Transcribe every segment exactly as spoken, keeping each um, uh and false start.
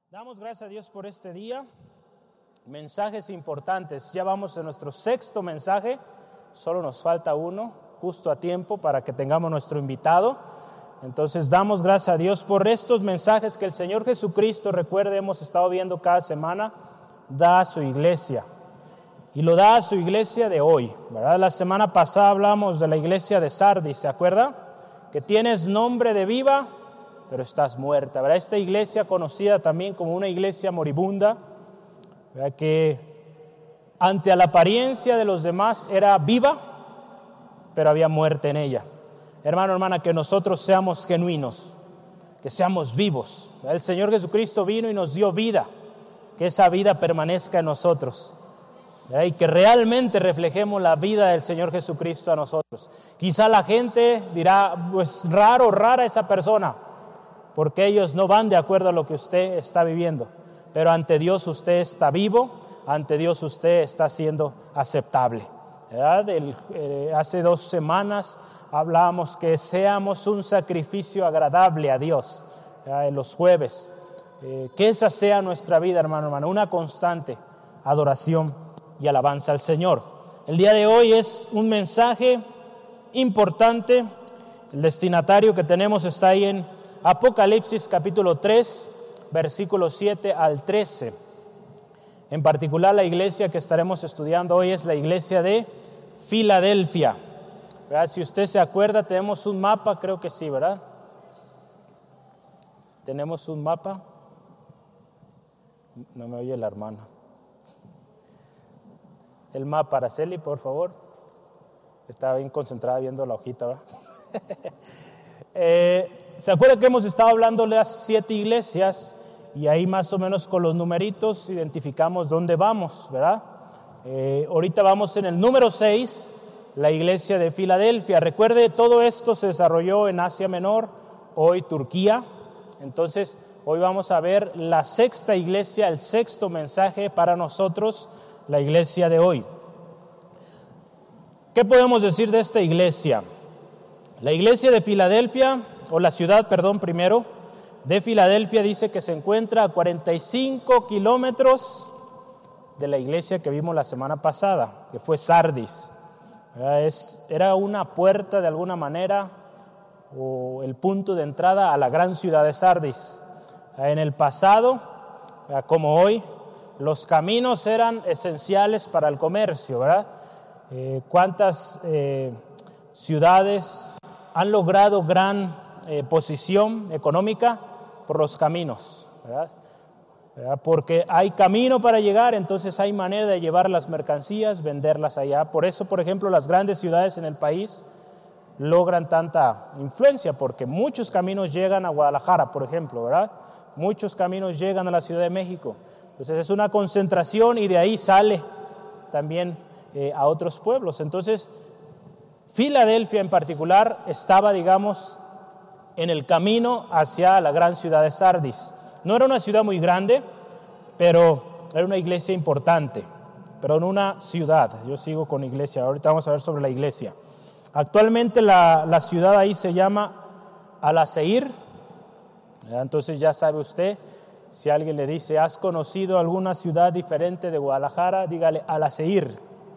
Damos gracias a Dios por este día. Mensajes importantes. Ya vamos a nuestro sexto mensaje. Solo nos falta uno, justo a tiempo, para que tengamos nuestro invitado. Entonces damos gracias a Dios por estos mensajes que el Señor Jesucristo, recuerde, hemos estado viendo cada semana, da a su iglesia. Y lo da a su iglesia de hoy, ¿verdad? La semana pasada hablamos de la iglesia de Sardis, ¿se acuerda? Que tienes nombre de viva, pero estás muerta, ¿verdad? Esta iglesia conocida también como una iglesia moribunda, ¿verdad? Que ante la apariencia de los demás era viva, pero había muerte en ella. Hermano, hermana, que nosotros seamos genuinos, que seamos vivos, ¿verdad? El Señor Jesucristo vino y nos dio vida, que esa vida permanezca en nosotros, ¿verdad? Y que realmente reflejemos la vida del Señor Jesucristo a nosotros. Quizá la gente dirá, pues raro, rara esa persona, porque ellos no van de acuerdo a lo que usted está viviendo. Pero ante Dios usted está vivo, ante Dios usted está siendo aceptable, ¿verdad? El, eh, hace dos semanas hablábamos que seamos un sacrificio agradable a Dios, ¿verdad? En los jueves. Eh, que esa sea nuestra vida, hermano, hermano, una constante adoración y alabanza al Señor. El día de hoy es un mensaje importante. El destinatario que tenemos está ahí en Apocalipsis capítulo tres, versículos siete al trece. En particular, la iglesia que estaremos estudiando hoy es la iglesia de Filadelfia, ¿verdad? Si usted se acuerda, tenemos un mapa, creo que sí, ¿verdad? Tenemos un mapa. No me oye la hermana. El mapa, Araceli, por favor. Estaba bien concentrada viendo la hojita, ¿verdad? eh, ¿Se acuerda que hemos estado hablando de las siete iglesias? Y ahí más o menos con los numeritos identificamos dónde vamos, ¿verdad? Eh, ahorita vamos en el número seis, la iglesia de Filadelfia. Recuerde, todo esto se desarrolló en Asia Menor, hoy Turquía. Entonces, hoy vamos a ver la sexta iglesia, el sexto mensaje para nosotros, la iglesia de hoy. ¿Qué podemos decir de esta iglesia? La iglesia de Filadelfia, o la ciudad, perdón, primero, de Filadelfia, dice que se encuentra a cuarenta y cinco kilómetros de la iglesia que vimos la semana pasada, que fue Sardis. Es, era una puerta de alguna manera, o el punto de entrada a la gran ciudad de Sardis. En el pasado, como hoy, los caminos eran esenciales para el comercio, ¿verdad? Eh, ¿Cuántas eh, ciudades han logrado gran eh, posición económica por los caminos, ¿verdad? ¿verdad? Porque hay camino para llegar, entonces hay manera de llevar las mercancías, venderlas allá. Por eso, por ejemplo, las grandes ciudades en el país logran tanta influencia, porque muchos caminos llegan a Guadalajara, por ejemplo, ¿verdad? Muchos caminos llegan a la Ciudad de México. Entonces es una concentración y de ahí sale también eh, a otros pueblos. Entonces, Filadelfia en particular estaba, digamos, en el camino hacia la gran ciudad de Sardis. No era una ciudad muy grande, pero era una iglesia importante, pero en una ciudad. Yo sigo con iglesia, ahorita vamos a ver sobre la iglesia. Actualmente la, la ciudad ahí se llama Al-Aseir. Entonces ya sabe usted, si alguien le dice, ¿has conocido alguna ciudad diferente de Guadalajara? Dígale Al-Aseir.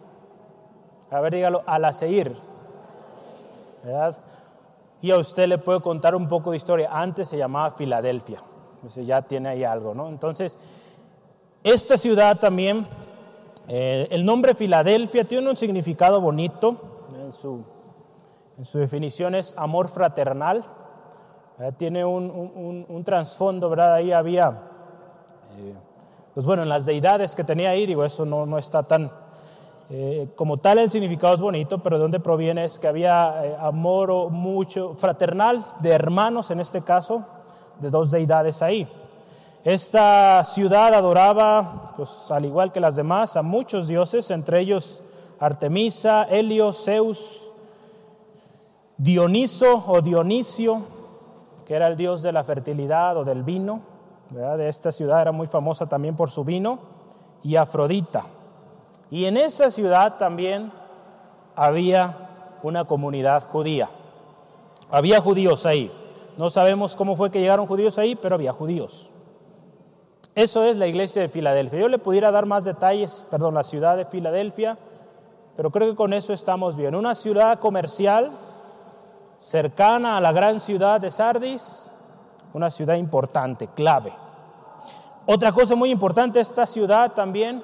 A ver, dígalo, Al-Aseir, ¿verdad? Y a usted le puedo contar un poco de historia. Antes se llamaba Filadelfia. Entonces ya tiene ahí algo, ¿no? Entonces, esta ciudad también, eh, el nombre Filadelfia tiene un significado bonito. En su, en su definición es amor fraternal. Eh, tiene un, un, un trasfondo, ¿verdad? Ahí había, eh, pues bueno, en las deidades que tenía ahí, digo, eso no, no está tan... Eh, como tal el significado es bonito, pero de dónde proviene es que había eh, amor o mucho fraternal de hermanos, en este caso, de dos deidades ahí. Esta ciudad adoraba, pues al igual que las demás, a muchos dioses, entre ellos Artemisa, Helio, Zeus, Dioniso o Dionisio, que era el dios de la fertilidad o del vino, ¿verdad? De esta ciudad era muy famosa también por su vino, y Afrodita. Y en esa ciudad también había una comunidad judía. Había judíos ahí. No sabemos cómo fue que llegaron judíos ahí, pero había judíos. Eso es la iglesia de Filadelfia. Yo le pudiera dar más detalles, perdón, la ciudad de Filadelfia, pero creo que con eso estamos bien. Una ciudad comercial cercana a la gran ciudad de Sardis, una ciudad importante, clave. Otra cosa muy importante, esta ciudad también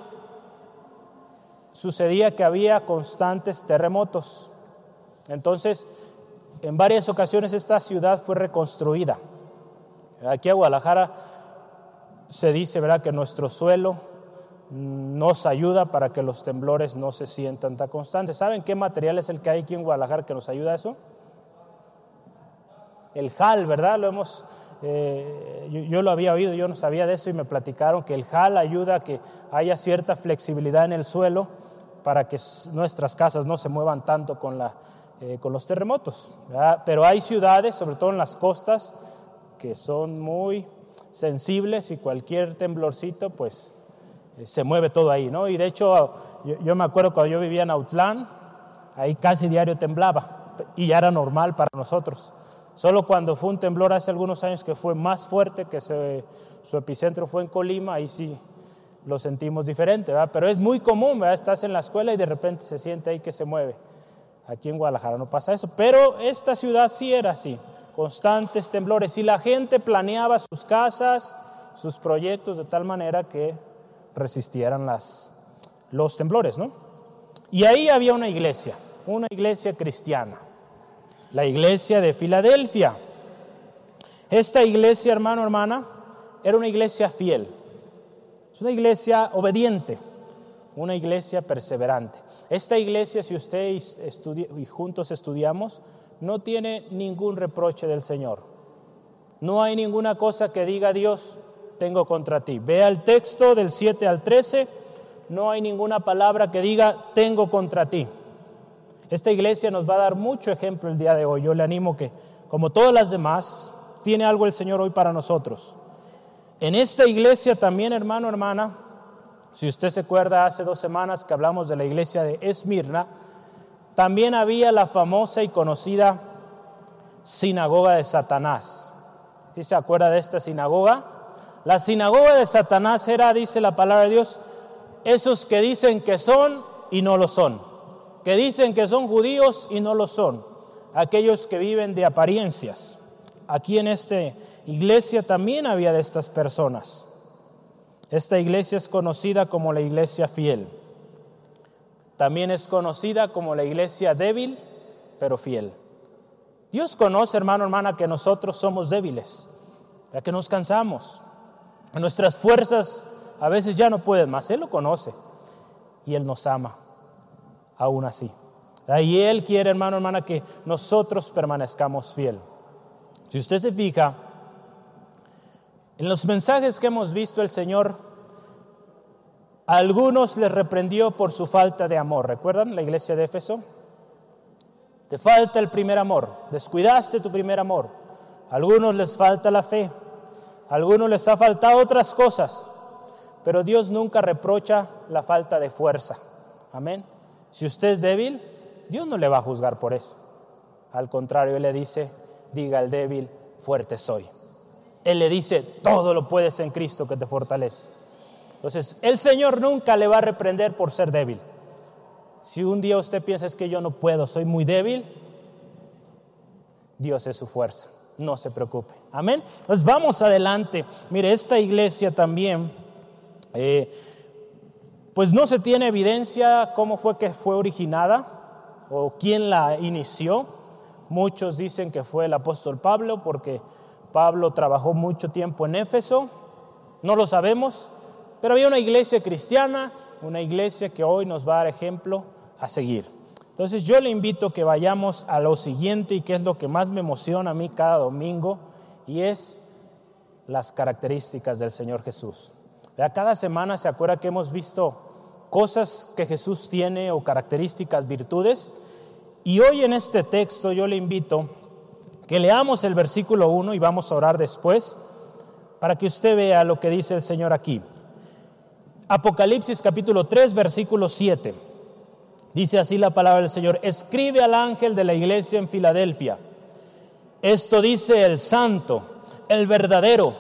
sucedía que había constantes terremotos. Entonces, en varias ocasiones esta ciudad fue reconstruida. Aquí en Guadalajara se dice, ¿verdad?, que nuestro suelo nos ayuda para que los temblores no se sientan tan constantes. ¿Saben qué material es el que hay aquí en Guadalajara que nos ayuda a eso? El jal, ¿verdad? Lo hemos, eh, yo, yo lo había oído, yo no sabía de eso y me platicaron que el jal ayuda a que haya cierta flexibilidad en el suelo para que nuestras casas no se muevan tanto con, la, eh, con los terremotos, ¿verdad? Pero hay ciudades, sobre todo en las costas, que son muy sensibles y cualquier temblorcito, pues eh, se mueve todo ahí, ¿no? Y de hecho, yo, yo me acuerdo cuando yo vivía en Autlán, ahí casi diario temblaba y ya era normal para nosotros. Solo cuando fue un temblor hace algunos años que fue más fuerte, que se, su epicentro fue en Colima, ahí sí lo sentimos diferente, ¿verdad? Pero es muy común, ¿verdad? Estás en la escuela y de repente se siente ahí que se mueve. Aquí en Guadalajara no pasa eso, pero esta ciudad sí era así, constantes temblores. Y la gente planeaba sus casas, sus proyectos de tal manera que resistieran las, los temblores, ¿no? Y ahí había una iglesia, una iglesia cristiana. La iglesia de Filadelfia. Esta iglesia, hermano, hermana, era una iglesia fiel. Es una iglesia obediente, una iglesia perseverante. Esta iglesia, si usted estudia, y juntos estudiamos, no tiene ningún reproche del Señor. No hay ninguna cosa que diga Dios, tengo contra ti. Vea el texto del siete al trece, no hay ninguna palabra que diga, tengo contra ti. Esta iglesia nos va a dar mucho ejemplo el día de hoy. Yo le animo que, como todas las demás, tiene algo el Señor hoy para nosotros. En esta iglesia también, hermano, hermana, si usted se acuerda, hace dos semanas que hablamos de la iglesia de Esmirna, también había la famosa y conocida sinagoga de Satanás. ¿Sí se acuerda de esta sinagoga? La sinagoga de Satanás era, dice la palabra de Dios, esos que dicen que son y no lo son. Que dicen que son judíos y no lo son, aquellos que viven de apariencias. Aquí en esta iglesia también había de estas personas. Esta iglesia es conocida como la iglesia fiel. También es conocida como la iglesia débil, pero fiel. Dios conoce, hermano, hermana, que nosotros somos débiles, ya que nos cansamos. Nuestras fuerzas a veces ya no pueden más. Él lo conoce y Él nos ama. Aún así. Y Él quiere, hermano, hermana, que nosotros permanezcamos fiel. Si usted se fija, en los mensajes que hemos visto, el Señor a algunos les reprendió por su falta de amor. ¿Recuerdan la iglesia de Éfeso? Te falta el primer amor, descuidaste tu primer amor. A algunos les falta la fe, a algunos les ha faltado otras cosas, pero Dios nunca reprocha la falta de fuerza. Amén. Si usted es débil, Dios no le va a juzgar por eso. Al contrario, Él le dice, diga al débil, fuerte soy. Él le dice, todo lo puedes en Cristo que te fortalece. Entonces, el Señor nunca le va a reprender por ser débil. Si un día usted piensa es que yo no puedo, soy muy débil, Dios es su fuerza. No se preocupe. Amén. Pues vamos adelante. Mire, esta iglesia también... Eh, Pues no se tiene evidencia cómo fue que fue originada o quién la inició. Muchos dicen que fue el apóstol Pablo porque Pablo trabajó mucho tiempo en Éfeso. No lo sabemos, pero había una iglesia cristiana, una iglesia que hoy nos va a dar ejemplo a seguir. Entonces yo le invito a que vayamos a lo siguiente y que es lo que más me emociona a mí cada domingo y es las características del Señor Jesús. Cada semana se acuerda que hemos visto cosas que Jesús tiene o características, virtudes. Y hoy en este texto yo le invito que leamos el versículo uno y vamos a orar después para que usted vea lo que dice el Señor aquí. Apocalipsis capítulo tres, versículo siete. Dice así la palabra del Señor: escribe al ángel de la iglesia en Filadelfia. Esto dice el santo, el verdadero,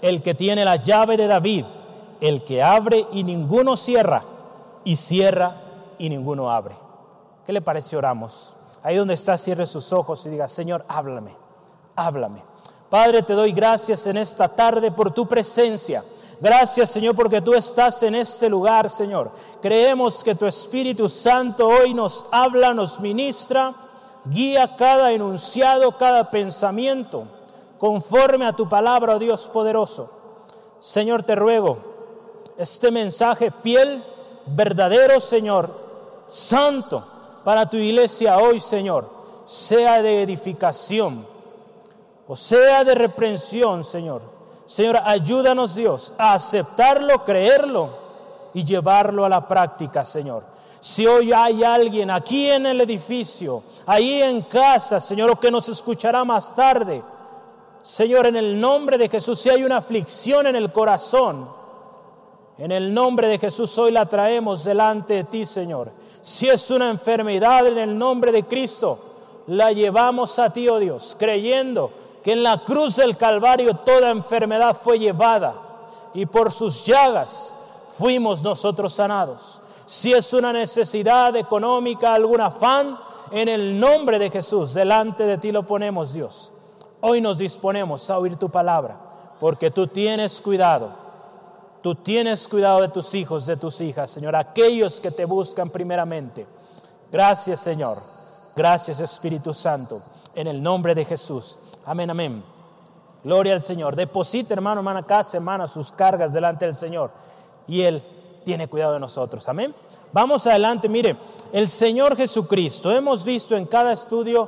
el que tiene la llave de David, el que abre y ninguno cierra, y cierra y ninguno abre. ¿Qué le parece si oramos? Ahí donde está, cierre sus ojos y diga: Señor, háblame, háblame. Padre, te doy gracias en esta tarde por tu presencia. Gracias, Señor, porque tú estás en este lugar, Señor. Creemos que tu Espíritu Santo hoy nos habla, nos ministra, guía cada enunciado, cada pensamiento, conforme a tu palabra, oh Dios poderoso. Señor, te ruego, este mensaje fiel, verdadero, Señor, santo, para tu iglesia hoy, Señor, sea de edificación, o sea de reprensión, Señor. Señor, ayúdanos, Dios, a aceptarlo, creerlo y llevarlo a la práctica, Señor. Si hoy hay alguien aquí en el edificio, ahí en casa, Señor, o que nos escuchará más tarde, Señor, en el nombre de Jesús, si hay una aflicción en el corazón, en el nombre de Jesús hoy la traemos delante de ti, Señor. Si es una enfermedad, en el nombre de Cristo, la llevamos a ti, oh Dios, creyendo que en la cruz del Calvario toda enfermedad fue llevada y por sus llagas fuimos nosotros sanados. Si es una necesidad económica, algún afán, en el nombre de Jesús, delante de ti lo ponemos, Dios. Hoy nos disponemos a oír tu palabra, porque tú tienes cuidado, tú tienes cuidado de tus hijos, de tus hijas, Señor, aquellos que te buscan primeramente. Gracias, Señor. Gracias, Espíritu Santo, en el nombre de Jesús. Amén, amén. Gloria al Señor. Deposita, hermano, hermana, cada semana sus cargas delante del Señor y Él tiene cuidado de nosotros. Amén. Vamos adelante. Mire, el Señor Jesucristo, hemos visto en cada estudio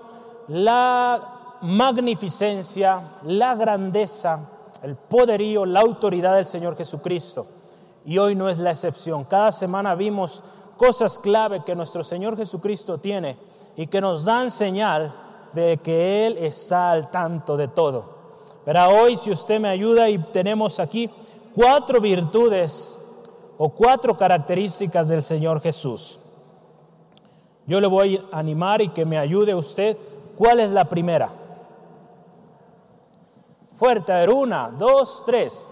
la magnificencia, la grandeza, el poderío, la autoridad del Señor Jesucristo. Y hoy no es la excepción. Cada semana vimos cosas clave que nuestro Señor Jesucristo tiene y que nos dan señal de que Él está al tanto de todo. Verá, hoy, si usted me ayuda, y tenemos aquí cuatro virtudes o cuatro características del Señor Jesús. Yo le voy a animar y que me ayude usted. ¿Cuál es la primera? Fuerte, a ver, una, dos, tres.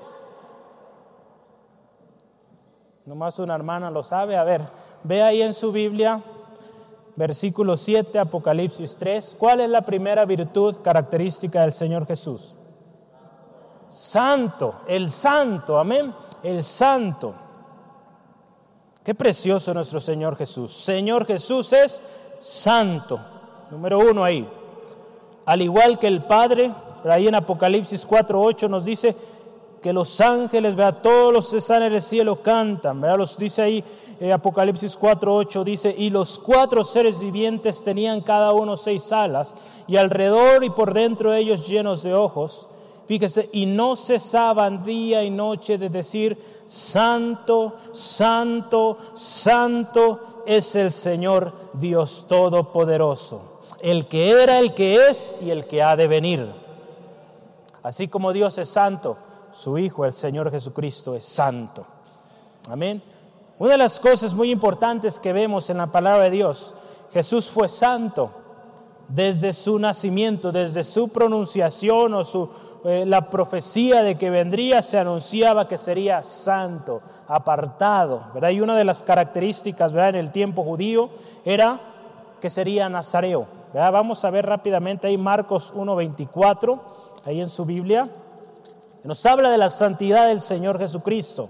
Nomás una hermana lo sabe. A ver, ve ahí en su Biblia, versículo siete, Apocalipsis tres. ¿Cuál es la primera virtud característica del Señor Jesús? Santo, el santo, amén, el santo. Qué precioso nuestro Señor Jesús. Señor Jesús es santo. Número uno ahí. Al igual que el Padre, ahí en Apocalipsis cuatro ocho nos dice que los ángeles, ¿verdad? Todos los que están en el cielo cantan, ¿verdad? Los dice ahí, eh, Apocalipsis cuatro ocho dice: y los cuatro seres vivientes tenían cada uno seis alas, y alrededor y por dentro de ellos llenos de ojos. Fíjese, y no cesaban día y noche de decir: santo, santo, santo es el Señor Dios Todopoderoso, el que era, el que es y el que ha de venir. Así como Dios es santo, su Hijo, el Señor Jesucristo, es santo. Amén. Una de las cosas muy importantes que vemos en la palabra de Dios, Jesús fue santo desde su nacimiento, desde su pronunciación o su, eh, la profecía de que vendría, se anunciaba que sería santo, apartado, ¿verdad? Y una de las características, ¿verdad?, en el tiempo judío era que sería nazareo, ¿verdad? Vamos a ver rápidamente ahí Marcos uno veinticuatro, ahí en su Biblia. Nos habla de la santidad del Señor Jesucristo,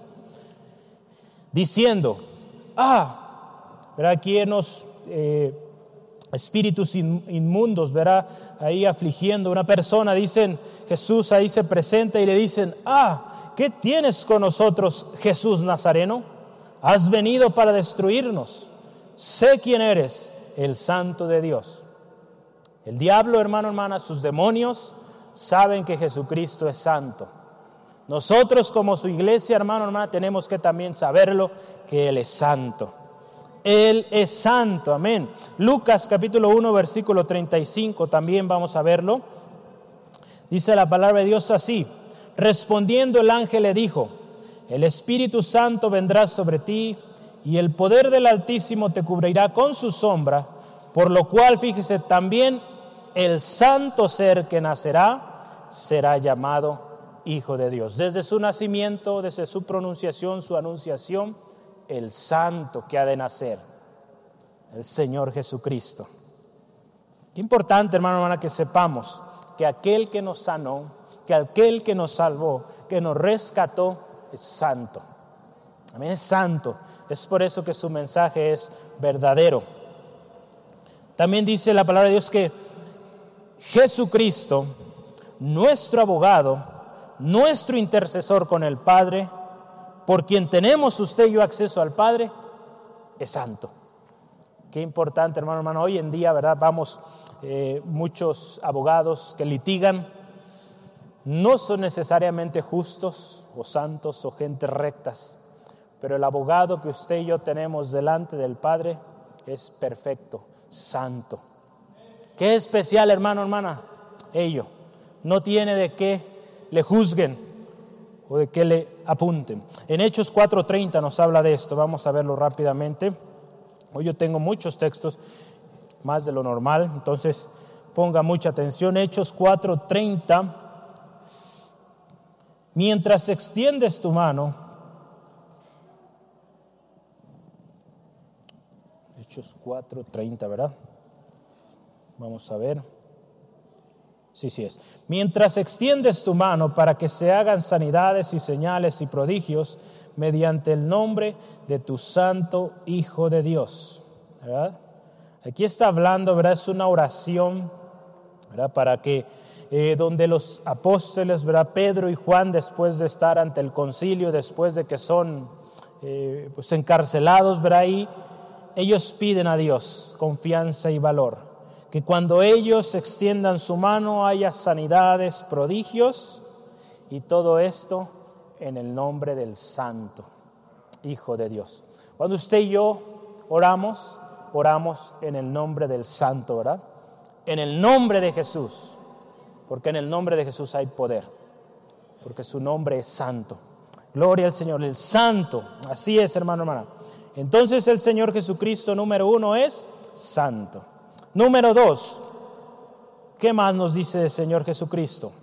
diciendo: ah, ¿verdad? Aquí en los eh, espíritus inmundos, ¿verdad? Ahí afligiendo a una persona, dicen, Jesús ahí se presenta y le dicen: ah, ¿qué tienes con nosotros, Jesús Nazareno? Has venido para destruirnos. Sé quién eres, el Santo de Dios. El diablo, hermano, hermana, sus demonios saben que Jesucristo es santo. Nosotros como su iglesia, hermano, hermana, tenemos que también saberlo, que Él es santo. Él es santo, amén. Lucas capítulo uno, versículo treinta y cinco, también vamos a verlo. Dice la palabra de Dios así: respondiendo el ángel le dijo: el Espíritu Santo vendrá sobre ti, y el poder del Altísimo te cubrirá con su sombra, por lo cual, fíjese, también el santo ser que nacerá será llamado Hijo de Dios. Desde su nacimiento, desde su pronunciación, su anunciación, el Santo que ha de nacer, el Señor Jesucristo. Qué importante, hermano, hermana, que sepamos que aquel que nos sanó, que aquel que nos salvó, que nos rescató, es santo. Amén, es santo. Es por eso que su mensaje es verdadero. También dice la palabra de Dios que Jesucristo, nuestro abogado, nuestro intercesor con el Padre, por quien tenemos usted y yo acceso al Padre, es santo. Qué importante, hermano, hermano. Hoy en día, ¿verdad? Vamos, eh, muchos abogados que litigan no son necesariamente justos o santos o gentes rectas, pero el abogado que usted y yo tenemos delante del Padre es perfecto, santo. Qué especial, hermano, hermana, ello. No tiene de qué le juzguen o de qué le apunten. En Hechos cuatro treinta nos habla de esto. Vamos a verlo rápidamente. Hoy yo tengo muchos textos, más de lo normal, entonces ponga mucha atención. Hechos cuatro treinta. Mientras extiendes tu mano, Hechos cuatro treinta, ¿verdad? Vamos a ver. Sí, sí es. Mientras extiendes tu mano para que se hagan sanidades y señales y prodigios mediante el nombre de tu santo Hijo de Dios, ¿verdad? Aquí está hablando, ¿verdad? Es una oración, ¿verdad? Para que eh, donde los apóstoles, ¿verdad? Pedro y Juan, después de estar ante el concilio, después de que son eh, pues encarcelados, ¿verdad? Ahí ellos piden a Dios confianza y valor, que cuando ellos extiendan su mano haya sanidades, prodigios y todo esto en el nombre del Santo Hijo de Dios. Cuando usted y yo oramos, oramos en el nombre del Santo, ¿verdad? En el nombre de Jesús, porque en el nombre de Jesús hay poder, porque su nombre es santo. Gloria al Señor, el Santo. Así es, hermano, hermana. Entonces el Señor Jesucristo, número uno, es santo. Número dos, ¿qué más nos dice el Señor Jesucristo?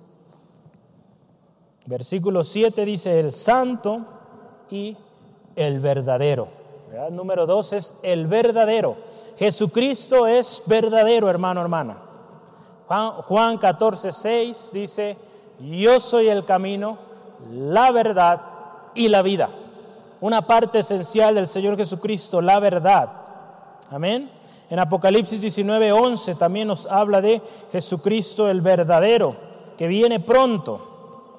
Versículo siete dice el santo y el verdadero, ¿verdad? Número dos es el verdadero. Jesucristo es verdadero, hermano, hermana. Juan, Juan catorce seis dice, yo soy el camino, la verdad y la vida. Una parte esencial del Señor Jesucristo, la verdad. Amén. En Apocalipsis diecinueve once también nos habla de Jesucristo el verdadero, que viene pronto.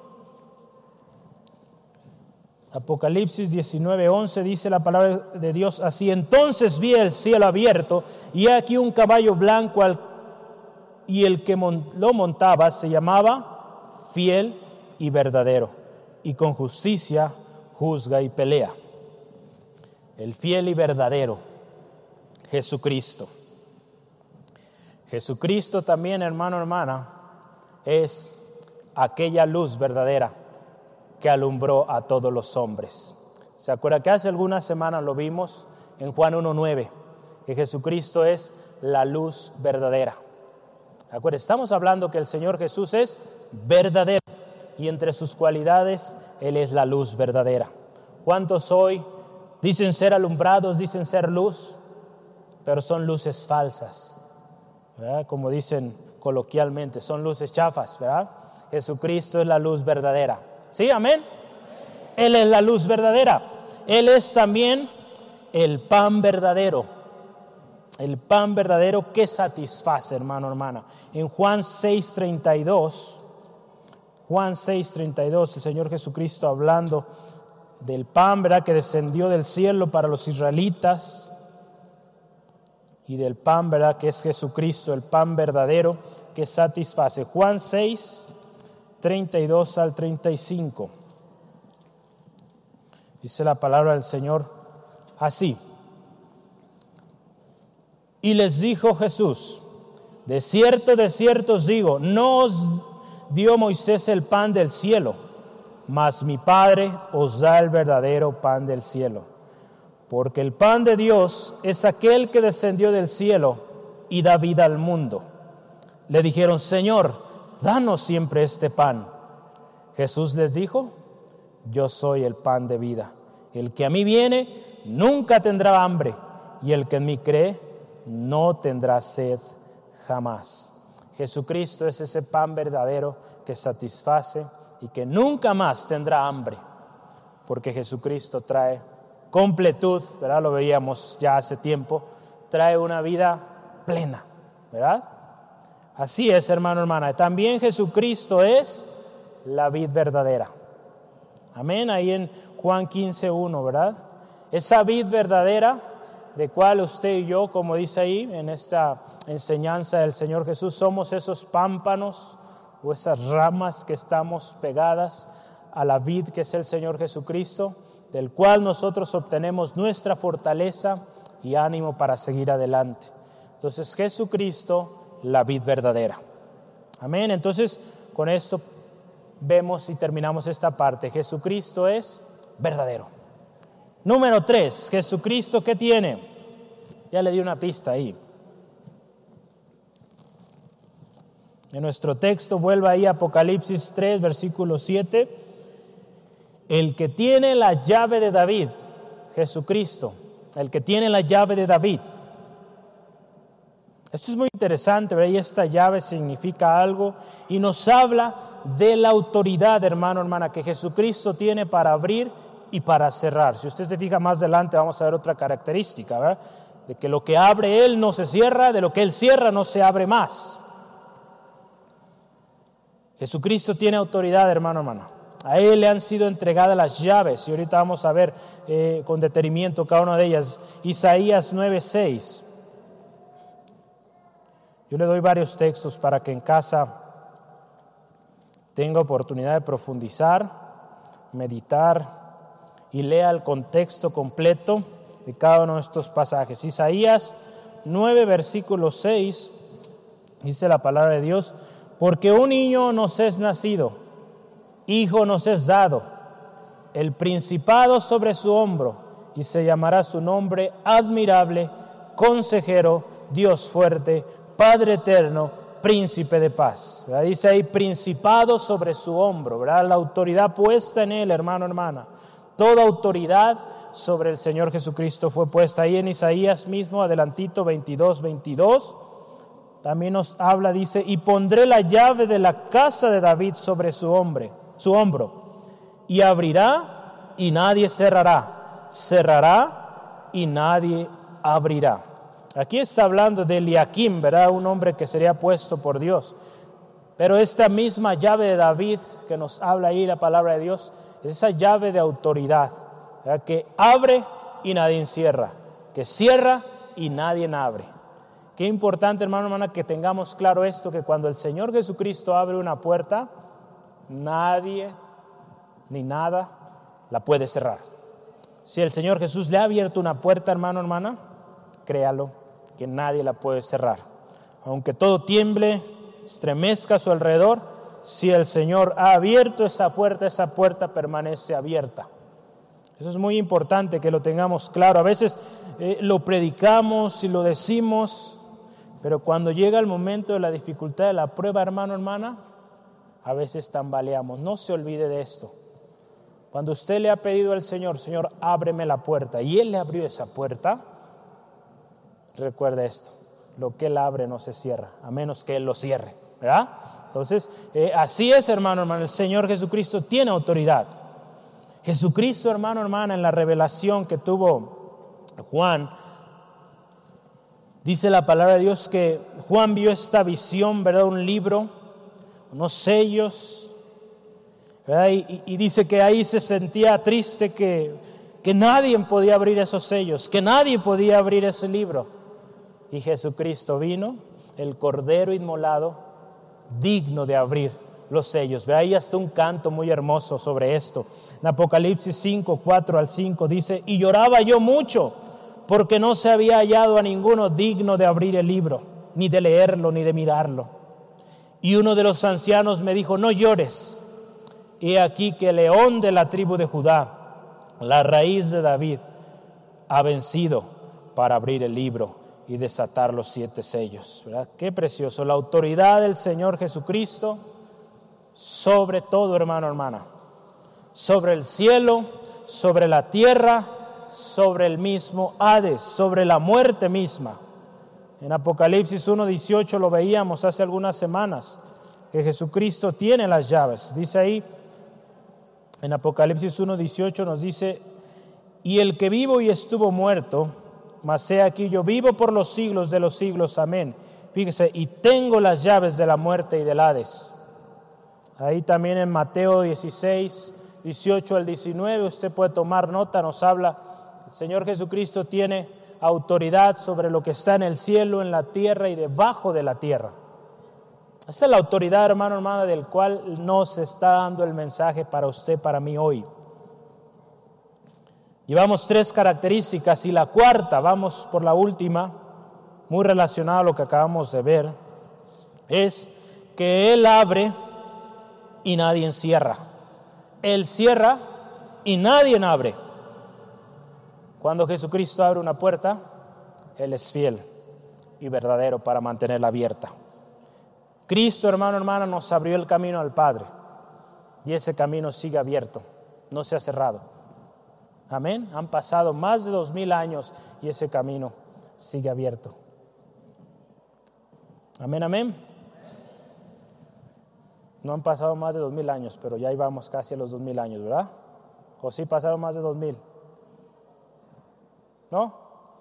Apocalipsis diecinueve once dice la palabra de Dios así: entonces vi el cielo abierto y he aquí un caballo blanco al, y el que mon, lo montaba se llamaba Fiel y Verdadero, y con justicia juzga y pelea. El fiel y verdadero, Jesucristo. Jesucristo también, hermano, hermana, es aquella luz verdadera que alumbró a todos los hombres. ¿Se acuerda que hace algunas semanas lo vimos en Juan uno nueve? Que Jesucristo es la luz verdadera. Acuérdense, estamos hablando que el Señor Jesús es verdadero y entre sus cualidades Él es la luz verdadera. ¿Cuántos hoy dicen ser alumbrados, dicen ser luz, pero son luces falsas, ¿verdad? Como dicen coloquialmente, son luces chafas, ¿verdad? Jesucristo es la luz verdadera. ¿Sí? Amén. Él es la luz verdadera. Él es también el pan verdadero. El pan verdadero que satisface, hermano, hermana. En Juan seis treinta y dos, Juan seis treinta y dos, el Señor Jesucristo hablando del pan, ¿verdad?, que descendió del cielo para los israelitas, y del pan, ¿verdad?, que es Jesucristo, el pan verdadero que satisface. Juan seis treinta y dos al treinta y cinco. Dice la palabra del Señor así: y les dijo Jesús, de cierto, de cierto os digo, no os dio Moisés el pan del cielo, mas mi Padre os da el verdadero pan del cielo. Porque el pan de Dios es aquel que descendió del cielo y da vida al mundo. Le dijeron, Señor, danos siempre este pan. Jesús les dijo: yo soy el pan de vida. El que a mí viene nunca tendrá hambre, y el que en mí cree no tendrá sed jamás. Jesucristo es ese pan verdadero que satisface y que nunca más tendrá hambre, porque Jesucristo trae completud, ¿verdad? Lo veíamos ya hace tiempo, trae una vida plena, ¿verdad? Así es, hermano, hermana. También Jesucristo es la vid verdadera. Amén, ahí en Juan quince uno, ¿verdad? Esa vid verdadera, de cual usted y yo, como dice ahí en esta enseñanza del Señor Jesús, somos esos pámpanos o esas ramas que estamos pegadas a la vid que es el Señor Jesucristo, del cual nosotros obtenemos nuestra fortaleza y ánimo para seguir adelante. Entonces, Jesucristo, la vid verdadera. Amén. Entonces, con esto vemos y terminamos esta parte. Jesucristo es verdadero. Número tres, Jesucristo, ¿qué tiene? Ya le di una pista ahí. En nuestro texto, vuelva ahí a Apocalipsis tres, versículo siete. El que tiene la llave de David, Jesucristo, el que tiene la llave de David. Esto es muy interesante, ¿verdad? Y esta llave significa algo y nos habla de la autoridad, hermano, hermana, que Jesucristo tiene para abrir y para cerrar. Si usted se fija más adelante, vamos a ver otra característica, ¿verdad? De que lo que abre Él no se cierra, de lo que Él cierra no se abre más. Jesucristo tiene autoridad, hermano, hermana. A Él le han sido entregadas las llaves y ahorita vamos a ver eh, con detenimiento cada una de ellas. Isaías nueve seis. Yo le doy varios textos para que en casa tenga oportunidad de profundizar, meditar y lea el contexto completo de cada uno de estos pasajes. Isaías nueve, versículo seis, dice la palabra de Dios: porque un niño nos es nacido, hijo nos es dado, el principado sobre su hombro, y se llamará su nombre admirable, consejero, Dios fuerte, Padre eterno, príncipe de paz. ¿Verdad? Dice ahí principado sobre su hombro, ¿verdad? La autoridad puesta en Él, hermano, hermana. Toda autoridad sobre el Señor Jesucristo fue puesta ahí en Isaías mismo, adelantito veintidós, veintidós. También nos habla, dice: y pondré la llave de la casa de David sobre su hombre, su hombro, y abrirá y nadie cerrará, cerrará y nadie abrirá. Aquí está hablando de Eliakim, ¿verdad? Un hombre que sería puesto por Dios. Pero esta misma llave de David que nos habla ahí la palabra de Dios, es esa llave de autoridad, ¿verdad? Que abre y nadie cierra, que cierra y nadie abre. Qué importante, hermano, hermana, que tengamos claro esto, que cuando el Señor Jesucristo abre una puerta, nadie ni nada la puede cerrar. Si el Señor Jesús le ha abierto una puerta, hermano, hermana, créalo, que nadie la puede cerrar. Aunque todo tiemble, estremezca a su alrededor, si el Señor ha abierto esa puerta, esa puerta permanece abierta. Eso es muy importante que lo tengamos claro. A veces eh, lo predicamos y lo decimos, pero cuando llega el momento de la dificultad, de la prueba, hermano, hermana, a veces tambaleamos. No se olvide de esto. Cuando usted le ha pedido al Señor: Señor, ábreme la puerta, y Él le abrió esa puerta, recuerde esto: lo que Él abre no se cierra, a menos que Él lo cierre, ¿verdad? Entonces, eh, así es, hermano, hermano, el Señor Jesucristo tiene autoridad. Jesucristo, hermano, hermana, en la revelación que tuvo Juan, dice la palabra de Dios que Juan vio esta visión, ¿verdad? Un libro, unos sellos, ¿verdad? Y, y dice que ahí se sentía triste que, que nadie podía abrir esos sellos, que nadie podía abrir ese libro. Y Jesucristo vino, el Cordero inmolado, digno de abrir los sellos. Ve ahí hasta un canto muy hermoso sobre esto. En Apocalipsis cinco, cuatro al cinco dice: y lloraba yo mucho, porque no se había hallado a ninguno digno de abrir el libro, ni de leerlo, ni de mirarlo. Y uno de los ancianos me dijo: no llores, he aquí que el león de la tribu de Judá, la raíz de David, ha vencido para abrir el libro y desatar los siete sellos. ¿Verdad? Qué precioso. La autoridad del Señor Jesucristo sobre todo, hermano, hermana, sobre el cielo, sobre la tierra, sobre el mismo Hades, sobre la muerte misma. En Apocalipsis uno dieciocho lo veíamos hace algunas semanas, que Jesucristo tiene las llaves. Dice ahí, en Apocalipsis uno dieciocho nos dice, y el que vivo y estuvo muerto, mas he aquí yo vivo por los siglos de los siglos, amén. Fíjese, y tengo las llaves de la muerte y del Hades. Ahí también en Mateo dieciséis, dieciocho al diecinueve, usted puede tomar nota, nos habla, el Señor Jesucristo tiene autoridad sobre lo que está en el cielo, en la tierra y debajo de la tierra. Esa es la autoridad, hermano, hermana, del cual nos está dando el mensaje para usted, para mí hoy. Llevamos tres características y la cuarta, vamos por la última, muy relacionada a lo que acabamos de ver, es que Él abre y nadie encierra. Él cierra y nadie abre. Cuando Jesucristo abre una puerta, Él es fiel y verdadero para mantenerla abierta. Cristo, hermano, hermana, nos abrió el camino al Padre y ese camino sigue abierto, no se ha cerrado. Amén. Han pasado más de dos mil años y ese camino sigue abierto. Amén, amén. No han pasado más de dos mil años, pero ya íbamos casi a los dos mil años, ¿verdad? ¿O sí pasaron más de dos mil? ¿No?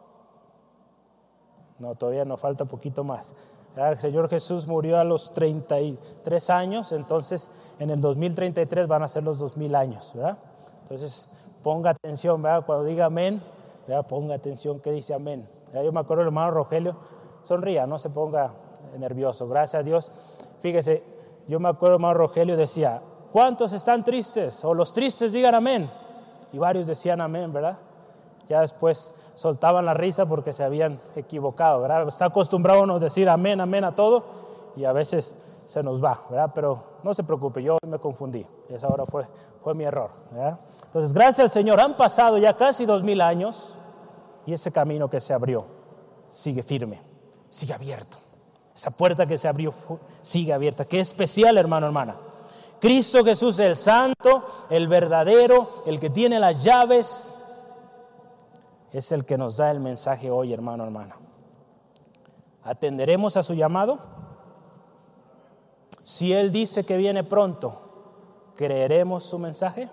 No, todavía nos falta un poquito más. El Señor Jesús murió a los treinta y tres años, entonces en el dos mil treinta y tres van a ser los dos mil años, ¿verdad? Entonces ponga atención, ¿verdad? Cuando diga amén, ¿verdad? Ponga atención qué dice amén. ¿Verdad? Yo me acuerdo del hermano Rogelio, sonría, no se ponga nervioso, gracias a Dios. Fíjese, yo me acuerdo del hermano Rogelio decía, ¿cuántos están tristes? O los tristes digan amén. Y varios decían amén, ¿verdad? Ya después soltaban la risa porque se habían equivocado, ¿verdad? Está acostumbrado uno a decir amén, amén a todo y a veces se nos va, ¿verdad? Pero no se preocupe, yo me confundí. Esa hora fue, fue mi error, ¿verdad? Entonces, gracias al Señor, han pasado ya casi dos mil años y ese camino que se abrió sigue firme, sigue abierto. Esa puerta que se abrió sigue abierta. Qué especial, hermano, hermana. Cristo Jesús, el santo, el verdadero, el que tiene las llaves, es el que nos da el mensaje hoy, hermano, hermana. ¿Atenderemos a su llamado? Si Él dice que viene pronto, ¿creeremos su mensaje?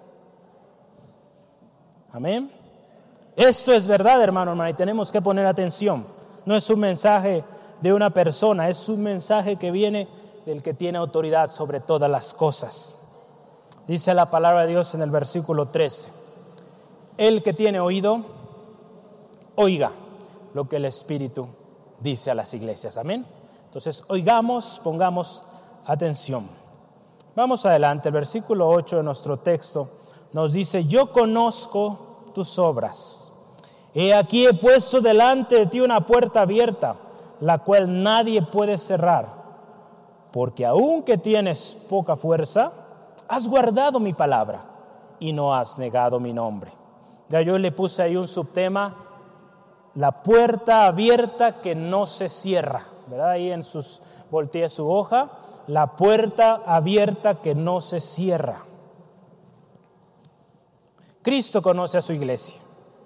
Amén. Esto es verdad, hermano, hermana, y tenemos que poner atención. No es un mensaje de una persona, es un mensaje que viene del que tiene autoridad sobre todas las cosas. Dice la palabra de Dios en el versículo trece. El que tiene oído, oiga lo que el Espíritu dice a las iglesias. Amén. Entonces, oigamos, pongamos atención. Vamos adelante. El versículo ocho de nuestro texto nos dice, yo conozco tus obras. He aquí he puesto delante de ti una puerta abierta, la cual nadie puede cerrar. Porque aunque tienes poca fuerza, has guardado mi palabra y no has negado mi nombre. Ya yo le puse ahí un subtema, la puerta abierta que no se cierra, ¿verdad? Ahí en sus, voltea su hoja, la puerta abierta que no se cierra. Cristo conoce a su iglesia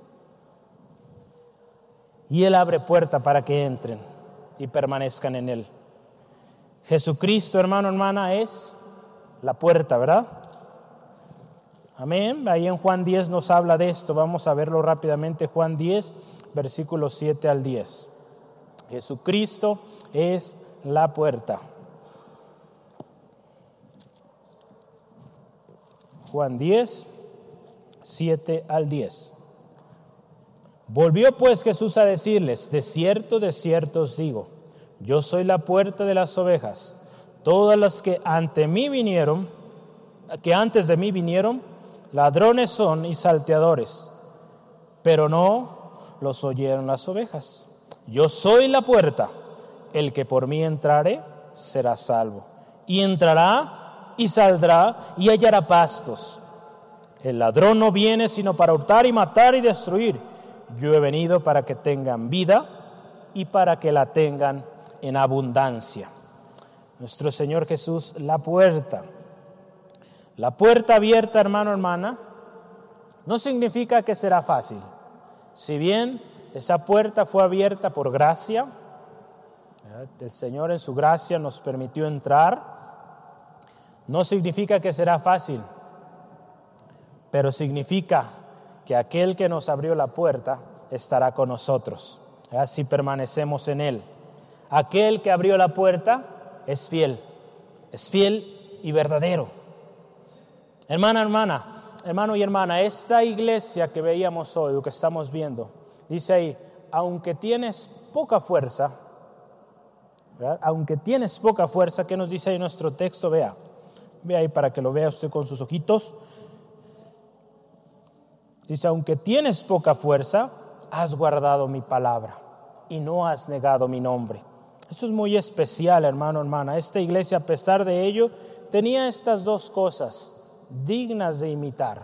y Él abre puerta para que entren y permanezcan en Él. Jesucristo, hermano, hermana, es la puerta, ¿verdad? Amén. Ahí en Juan diez nos habla de esto. Vamos a verlo rápidamente. Juan diez, versículos siete al diez. Jesucristo es la puerta. Juan diez, siete al diez. Volvió pues Jesús a decirles, de cierto, de cierto os digo, yo soy la puerta de las ovejas. Todas las que ante mí vinieron, que antes de mí vinieron, ladrones son y salteadores, pero no los oyeron las ovejas. Yo soy la puerta, el que por mí entrare será salvo, y entrará y saldrá y hallará pastos. El ladrón no viene sino para hurtar y matar y destruir. Yo he venido para que tengan vida y para que la tengan en abundancia. Nuestro Señor Jesús, la puerta. La puerta abierta, hermano, hermana, no significa que será fácil. Si bien esa puerta fue abierta por gracia, ¿verdad? El Señor en su gracia nos permitió entrar, no significa que será fácil, pero significa que aquel que nos abrió la puerta estará con nosotros, ¿verdad? Si permanecemos en Él. Aquel que abrió la puerta es fiel, es fiel y verdadero. Hermana, hermana, hermano y hermana, esta iglesia que veíamos hoy, o que estamos viendo, dice ahí, aunque tienes poca fuerza, ¿verdad? Aunque tienes poca fuerza, ¿qué nos dice ahí nuestro texto? Vea, vea ahí para que lo vea usted con sus ojitos. Dice, aunque tienes poca fuerza, has guardado mi palabra y no has negado mi nombre. Eso es muy especial, hermano, hermana. Esta iglesia, a pesar de ello, tenía estas dos cosas dignas de imitar.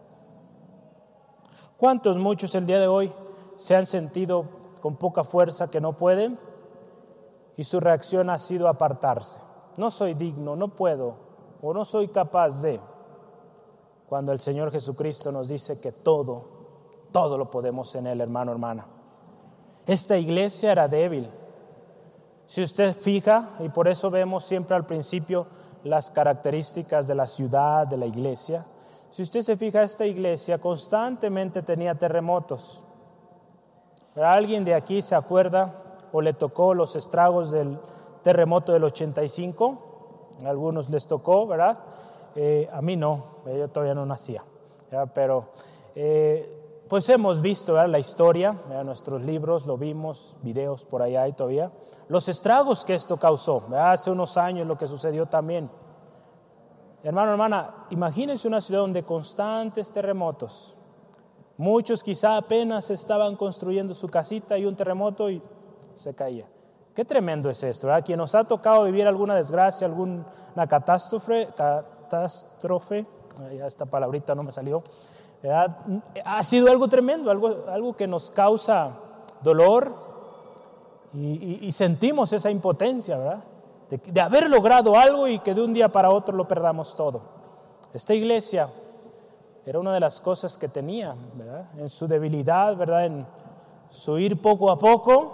¿Cuántos, muchos el día de hoy se han sentido con poca fuerza que no pueden? Y su reacción ha sido apartarse. No soy digno, no puedo, o no soy capaz de. Cuando el Señor Jesucristo nos dice que todo, todo lo podemos en Él, hermano, hermana. Esta iglesia era débil. Si usted fija, y por eso vemos siempre al principio las características de la ciudad, de la iglesia. Si usted se fija, esta iglesia constantemente tenía terremotos. ¿Alguien de aquí se acuerda o le tocó los estragos del terremoto del ochenta y cinco? A algunos les tocó, ¿verdad? Eh, a mí no, yo todavía no nacía, ¿verdad? Pero eh, pues hemos visto, ¿verdad?, la historia, ¿verdad? Nuestros libros lo vimos, videos por allá y todavía, los estragos que esto causó, ¿verdad? Hace unos años lo que sucedió también. Hermano, hermana, imagínense una ciudad donde constantes terremotos, muchos quizá apenas estaban construyendo su casita y un terremoto y se caía. Qué tremendo es esto, ¿verdad? Quien nos ha tocado vivir alguna desgracia, alguna catástrofe, catástrofe, ya esta palabrita no me salió, ¿verdad? Ha sido algo tremendo, algo, algo que nos causa dolor y, y, y sentimos esa impotencia, ¿verdad? De, de haber logrado algo y que de un día para otro lo perdamos todo. Esta iglesia era una de las cosas que tenía, ¿verdad? En su debilidad, ¿verdad? En su ir poco a poco,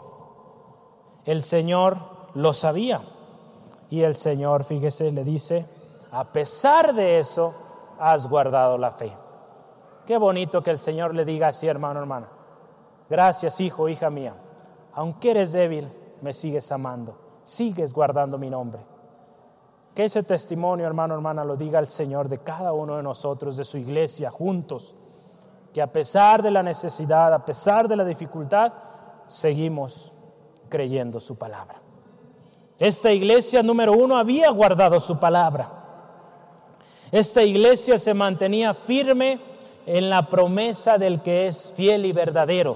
el Señor lo sabía. Y el Señor, fíjese, le dice, a pesar de eso, has guardado la fe. Qué bonito que el Señor le diga así, hermano, hermana. Gracias, hijo, hija mía. Aunque eres débil, me sigues amando. Sigues guardando mi nombre. Que ese testimonio, hermano, hermana, lo diga el Señor de cada uno de nosotros, de su iglesia, juntos. Que a pesar de la necesidad, a pesar de la dificultad, seguimos creyendo su palabra. Esta iglesia, número uno, había guardado su palabra. Esta iglesia se mantenía firme en la promesa del que es fiel y verdadero.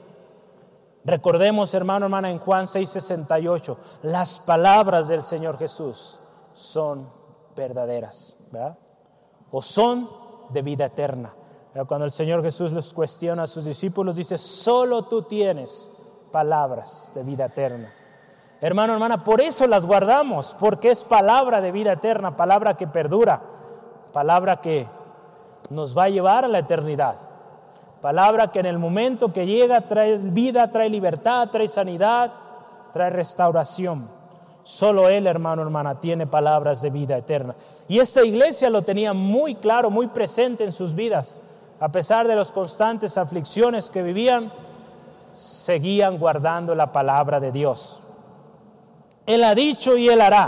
Recordemos, hermano, hermana, en Juan seis sesenta y ocho, las palabras del Señor Jesús son verdaderas, ¿verdad? O son de vida eterna. Cuando el Señor Jesús les cuestiona a sus discípulos, dice, solo tú tienes palabras de vida eterna. Hermano, hermana, por eso las guardamos, porque es palabra de vida eterna, palabra que perdura, palabra que nos va a llevar a la eternidad, palabra que en el momento que llega trae vida, trae libertad, trae sanidad, trae restauración. Solo Él, hermano, hermana, tiene palabras de vida eterna. Y esta iglesia lo tenía muy claro, muy presente en sus vidas. A pesar de las constantes aflicciones que vivían, seguían guardando la palabra de Dios. Él ha dicho y Él hará.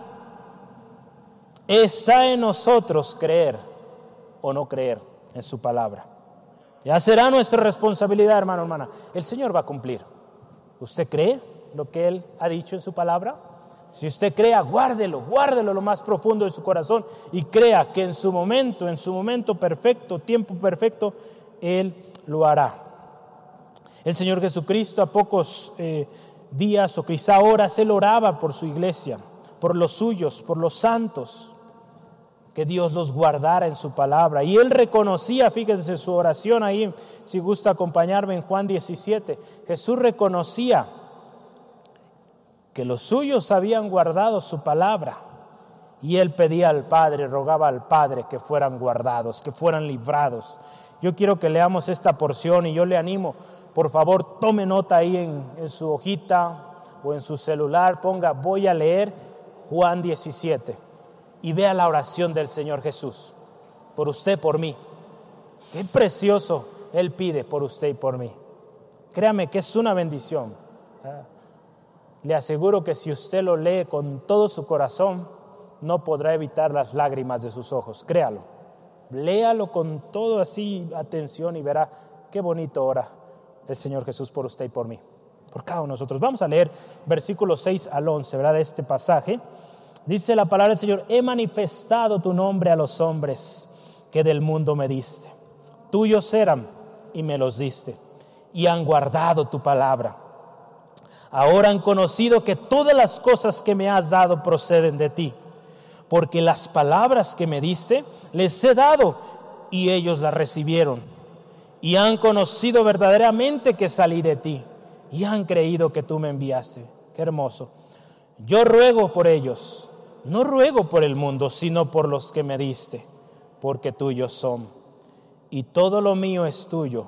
Está en nosotros creer o no creer en su palabra. Ya será nuestra responsabilidad, hermano, hermana. El Señor va a cumplir. ¿Usted cree lo que Él ha dicho en su palabra? Si usted crea, guárdelo, guárdelo lo más profundo de su corazón y crea que en su momento, en su momento perfecto, tiempo perfecto, Él lo hará. El Señor Jesucristo a pocos eh, días o quizá horas, Él oraba por su iglesia, por los suyos, por los santos, que Dios los guardara en su palabra. Y Él reconocía, fíjense su oración ahí, si gusta acompañarme en Juan diecisiete, Jesús reconocía que los suyos habían guardado su palabra Y él pedía al Padre, rogaba al Padre que fueran guardados, que fueran librados. Yo quiero que leamos esta porción y yo le animo, por favor, tome nota ahí en, en su hojita o en su celular, ponga, voy a leer Juan diecisiete y vea la oración del Señor Jesús, por usted, por mí. Qué precioso Él pide por usted y por mí. Créame que es una bendición. Le aseguro que si usted lo lee con todo su corazón, no podrá evitar las lágrimas de sus ojos. Créalo. Léalo con todo así atención y verá qué bonito ora el Señor Jesús por usted y por mí, por cada uno de nosotros. Vamos a leer versículos seis al once, ¿verdad? De este pasaje. Dice la palabra del Señor: he manifestado tu nombre a los hombres que del mundo me diste. Tuyos eran y me los diste, y han guardado tu palabra. Ahora han conocido que todas las cosas que me has dado proceden de ti, porque las palabras que me diste les he dado y ellos las recibieron. Y han conocido verdaderamente que salí de ti y han creído que tú me enviaste. Qué hermoso. Yo ruego por ellos, no ruego por el mundo, sino por los que me diste, porque tuyos son. Y todo lo mío es tuyo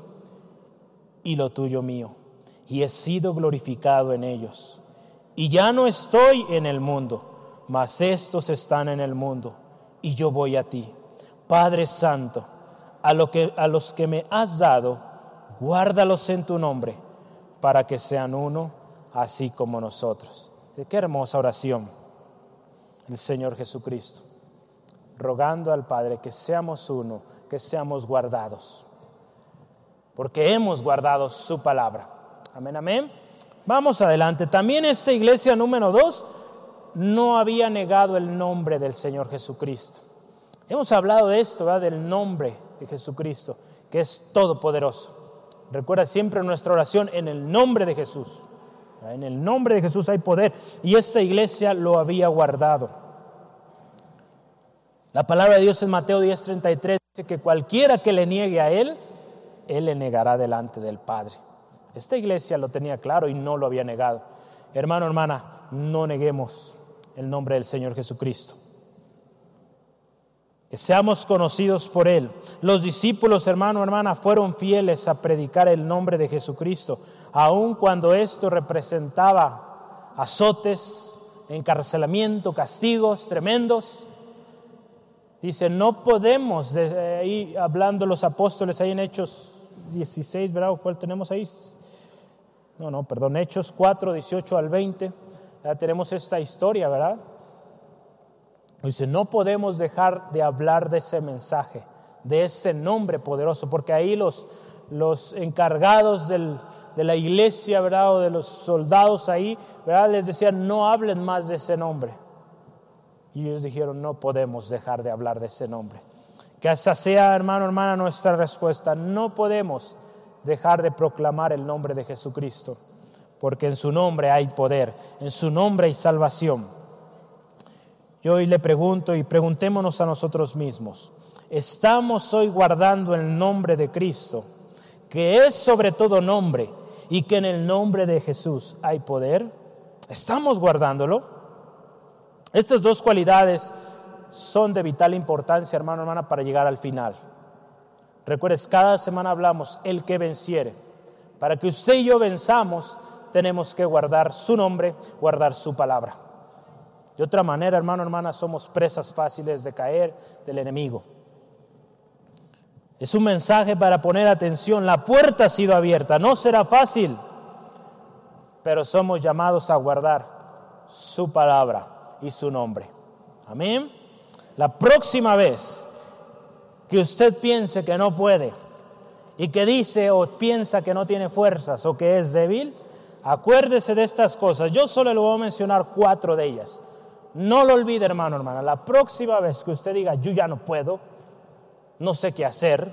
y lo tuyo mío. Y he sido glorificado en ellos. Y ya no estoy en el mundo, mas estos están en el mundo, y yo voy a ti. Padre Santo, a, lo que, a los que me has dado, guárdalos en tu nombre, para que sean uno, así como nosotros. Qué hermosa oración el Señor Jesucristo, rogando al Padre que seamos uno, que seamos guardados, porque hemos guardado su palabra. Amén, amén. Vamos adelante. También esta iglesia número dos no había negado el nombre del Señor Jesucristo. Hemos hablado de esto, ¿verdad? Del nombre de Jesucristo, que es todopoderoso. Recuerda siempre nuestra oración: en el nombre de Jesús. En el nombre de Jesús hay poder, y esta iglesia lo había guardado. La palabra de Dios en Mateo diez treinta y tres dice que cualquiera que le niegue a Él, Él le negará delante del Padre. Esta iglesia lo tenía claro y no lo había negado. Hermano, hermana, no neguemos el nombre del Señor Jesucristo. Que seamos conocidos por Él. Los discípulos, hermano, hermana, fueron fieles a predicar el nombre de Jesucristo, aun cuando esto representaba azotes, encarcelamiento, castigos tremendos. Dice, no podemos, de ahí hablando los apóstoles ahí en Hechos dieciséis, ¿verdad? ¿Cuál tenemos ahí? No, no, perdón, Hechos cuatro, dieciocho al veinte. Ya tenemos esta historia, ¿verdad? Dice, no podemos dejar de hablar de ese mensaje, de ese nombre poderoso, porque ahí los, los encargados del, de la iglesia, ¿verdad? O de los soldados ahí, ¿verdad? Les decían, no hablen más de ese nombre. Y ellos dijeron, no podemos dejar de hablar de ese nombre. Que esa sea, hermano, hermana, nuestra respuesta. No podemos dejar de proclamar el nombre de Jesucristo, porque en su nombre hay poder, en su nombre hay salvación. Yo hoy le pregunto y preguntémonos a nosotros mismos, ¿estamos hoy guardando el nombre de Cristo, que es sobre todo nombre, y que en el nombre de Jesús hay poder? ¿Estamos guardándolo? Estas dos cualidades son de vital importancia, hermano, hermana, para llegar al final. Recuerdes, cada semana hablamos, el que venciere. Para que usted y yo venzamos, tenemos que guardar su nombre, guardar su palabra. De otra manera, hermano, hermana, somos presas fáciles de caer del enemigo. Es un mensaje para poner atención. La puerta ha sido abierta, no será fácil, pero somos llamados a guardar su palabra y su nombre. Amén. La próxima vez que usted piense que no puede y que dice o piensa que no tiene fuerzas o que es débil, acuérdese de estas cosas. Yo solo le voy a mencionar cuatro de ellas. No lo olvide, hermano, hermana. La próxima vez que usted diga, yo ya no puedo, no sé qué hacer,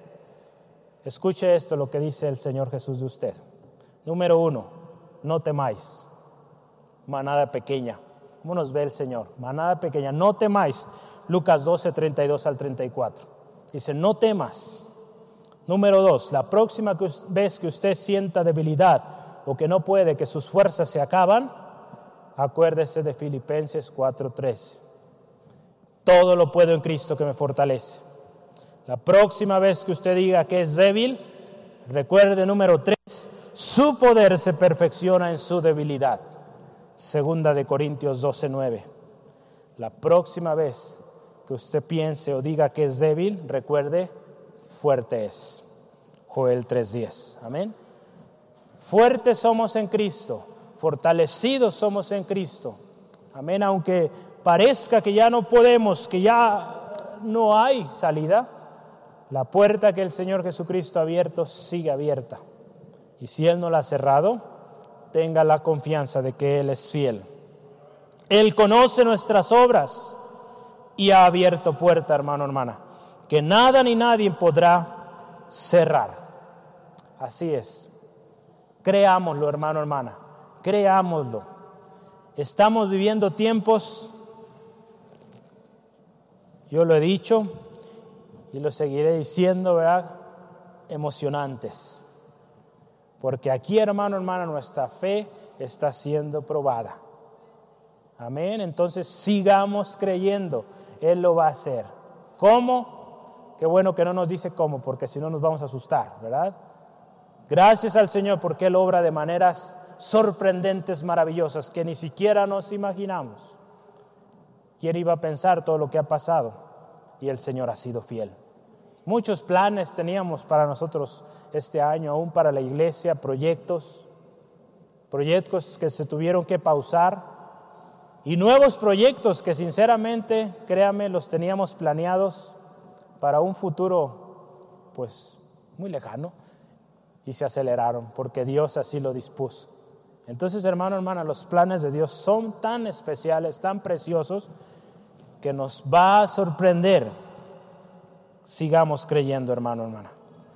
escuche esto, lo que dice el Señor Jesús de usted. Número uno, no temáis, manada pequeña. ¿Cómo nos ve el Señor? Manada pequeña, no temáis. Lucas doce, treinta y dos al treinta y cuatro. Dice, no temas. Número dos, la próxima vez que usted sienta debilidad o que no puede, que sus fuerzas se acaban, acuérdese de Filipenses cuatro trece. Todo lo puedo en Cristo que me fortalece. La próxima vez que usted diga que es débil, recuerde número tres, su poder se perfecciona en su debilidad. Segunda de Corintios doce nueve. La próxima vez que usted piense o diga que es débil, recuerde, fuerte es. Joel tres diez. Amén. Fuertes somos en Cristo, fortalecidos somos en Cristo. Amén. Aunque parezca que ya no podemos, que ya no hay salida, la puerta que el Señor Jesucristo ha abierto sigue abierta. Y si Él no la ha cerrado, tenga la confianza de que Él es fiel. Él conoce nuestras obras y ha abierto puerta, hermano, hermana, que nada ni nadie podrá cerrar. Así es. Creámoslo, hermano, hermana. Creámoslo. Estamos viviendo tiempos, yo lo he dicho y lo seguiré diciendo, ¿verdad? Emocionantes. Porque aquí, hermano, hermana, nuestra fe está siendo probada. Amén. Entonces sigamos creyendo. Él lo va a hacer. ¿Cómo? Qué bueno que no nos dice cómo, porque si no nos vamos a asustar, ¿verdad? Gracias al Señor porque Él obra de maneras sorprendentes, maravillosas, que ni siquiera nos imaginamos. ¿Quién iba a pensar todo lo que ha pasado? Y el Señor ha sido fiel. Muchos planes teníamos para nosotros este año, aún para la iglesia, proyectos, proyectos que se tuvieron que pausar y nuevos proyectos que sinceramente, créame, los teníamos planeados para un futuro pues muy lejano y se aceleraron porque Dios así lo dispuso. Entonces, hermano, hermana, los planes de Dios son tan especiales, tan preciosos, que nos va a sorprender. Sigamos creyendo, hermano, hermana.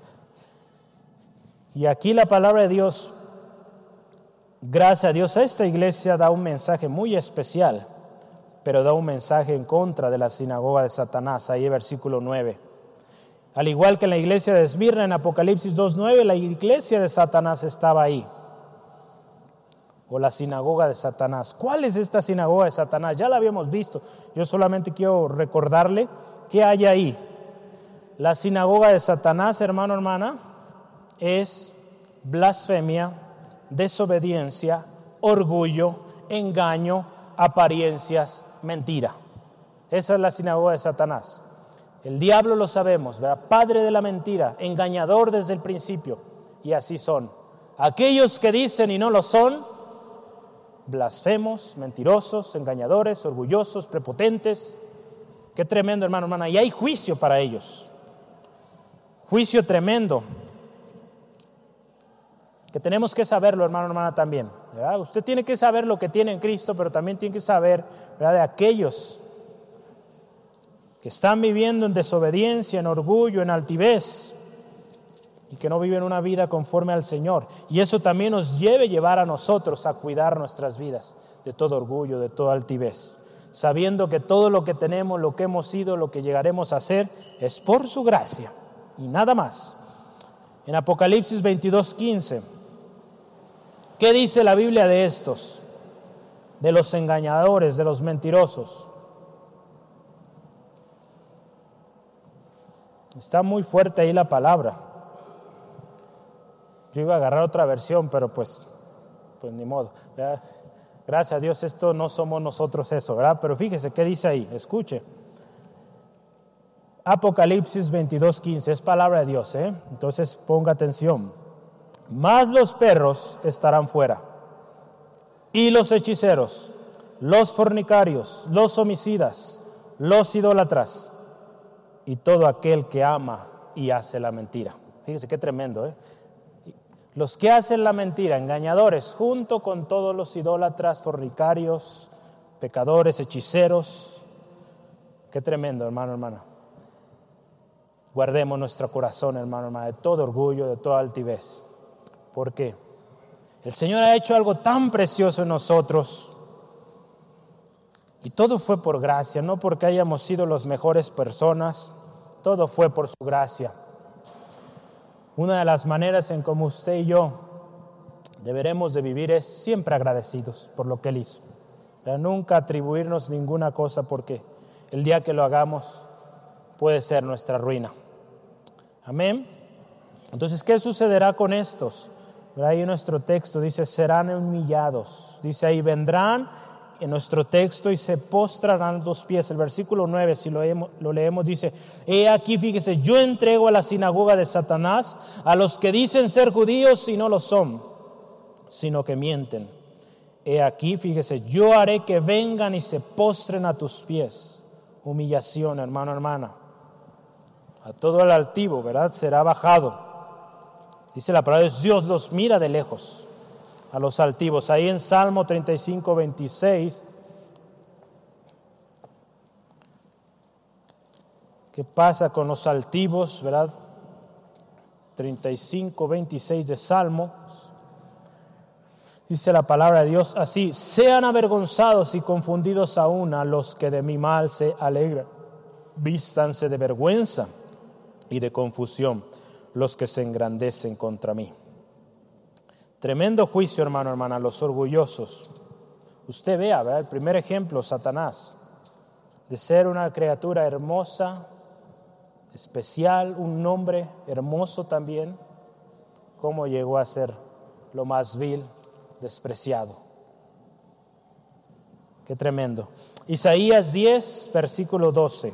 Y aquí la palabra de Dios, gracias a Dios, esta iglesia da un mensaje muy especial, pero da un mensaje en contra de la sinagoga de Satanás, ahí versículo nueve. Al igual que en la iglesia de Esmirna en Apocalipsis dos nueve, la iglesia de Satanás estaba ahí. O la sinagoga de Satanás. ¿Cuál es esta sinagoga de Satanás? Ya la habíamos visto. Yo solamente quiero recordarle qué hay ahí. La sinagoga de Satanás, hermano, hermana, es blasfemia, desobediencia, orgullo, engaño, apariencias, mentira. Esa es la sinagoga de Satanás. El diablo lo sabemos, ¿verdad? Padre de la mentira, engañador desde el principio. Y así son. Aquellos que dicen y no lo son, blasfemos, mentirosos, engañadores, orgullosos, prepotentes. Qué tremendo, hermano, hermana. Y hay juicio para ellos. Juicio tremendo. Que tenemos que saberlo, hermano, hermana, también, ¿verdad? Usted tiene que saber lo que tiene en Cristo, pero también tiene que saber, ¿verdad?, de aquellos que están viviendo en desobediencia, en orgullo, en altivez, y que no viven una vida conforme al Señor. Y eso también nos debe llevar a nosotros a cuidar nuestras vidas de todo orgullo, de toda altivez, sabiendo que todo lo que tenemos, lo que hemos sido, lo que llegaremos a ser, es por su gracia y nada más. En Apocalipsis veintidós quince, ¿qué dice la Biblia de estos? De los engañadores, de los mentirosos. Está muy fuerte ahí la palabra. Yo iba a agarrar otra versión, pero pues, pues ni modo, ¿verdad? Gracias a Dios, esto no somos nosotros eso, ¿verdad? Pero fíjese qué dice ahí, escuche. Apocalipsis veintidós quince, es palabra de Dios, ¿eh? Entonces ponga atención. Mas los perros estarán fuera, y los hechiceros, los fornicarios, los homicidas, los idólatras, y todo aquel que ama y hace la mentira. Fíjese qué tremendo, ¿eh? Los que hacen la mentira, engañadores, junto con todos los idólatras, fornicarios, pecadores, hechiceros. Qué tremendo, hermano, hermana. Guardemos nuestro corazón, hermano, hermana, de todo orgullo, de toda altivez. ¿Por qué? El Señor ha hecho algo tan precioso en nosotros. Y todo fue por gracia, no porque hayamos sido las mejores personas. Todo fue por su gracia. Una de las maneras en cómo usted y yo deberemos de vivir es siempre agradecidos por lo que Él hizo. Pero nunca atribuirnos ninguna cosa porque el día que lo hagamos puede ser nuestra ruina. Amén. Entonces, ¿qué sucederá con estos? Ahí en nuestro texto dice, serán humillados. Dice ahí, vendrán en nuestro texto y se postrarán a los pies. El versículo nueve, si lo leemos, lo leemos, dice, he aquí, fíjese, yo entrego a la sinagoga de Satanás a los que dicen ser judíos y no lo son, sino que mienten. He aquí, fíjese, yo haré que vengan y se postren a tus pies. Humillación, hermano, hermana. A todo el altivo, ¿verdad? Será bajado. Dice la palabra de Dios, Dios los mira de lejos a los altivos. Ahí en Salmo treinta y cinco, veintiséis. ¿Qué pasa con los altivos, verdad? treinta y cinco, veintiséis de Salmo. Dice la palabra de Dios así, sean avergonzados y confundidos aún a los que de mi mal se alegran. Vístanse de vergüenza y de confusión los que se engrandecen contra mí. Tremendo juicio, hermano, hermana, los orgullosos. Usted vea, ¿verdad? El primer ejemplo, Satanás, de ser una criatura hermosa, especial, un nombre hermoso también, cómo llegó a ser lo más vil, despreciado. Qué tremendo. Isaías diez, versículo doce.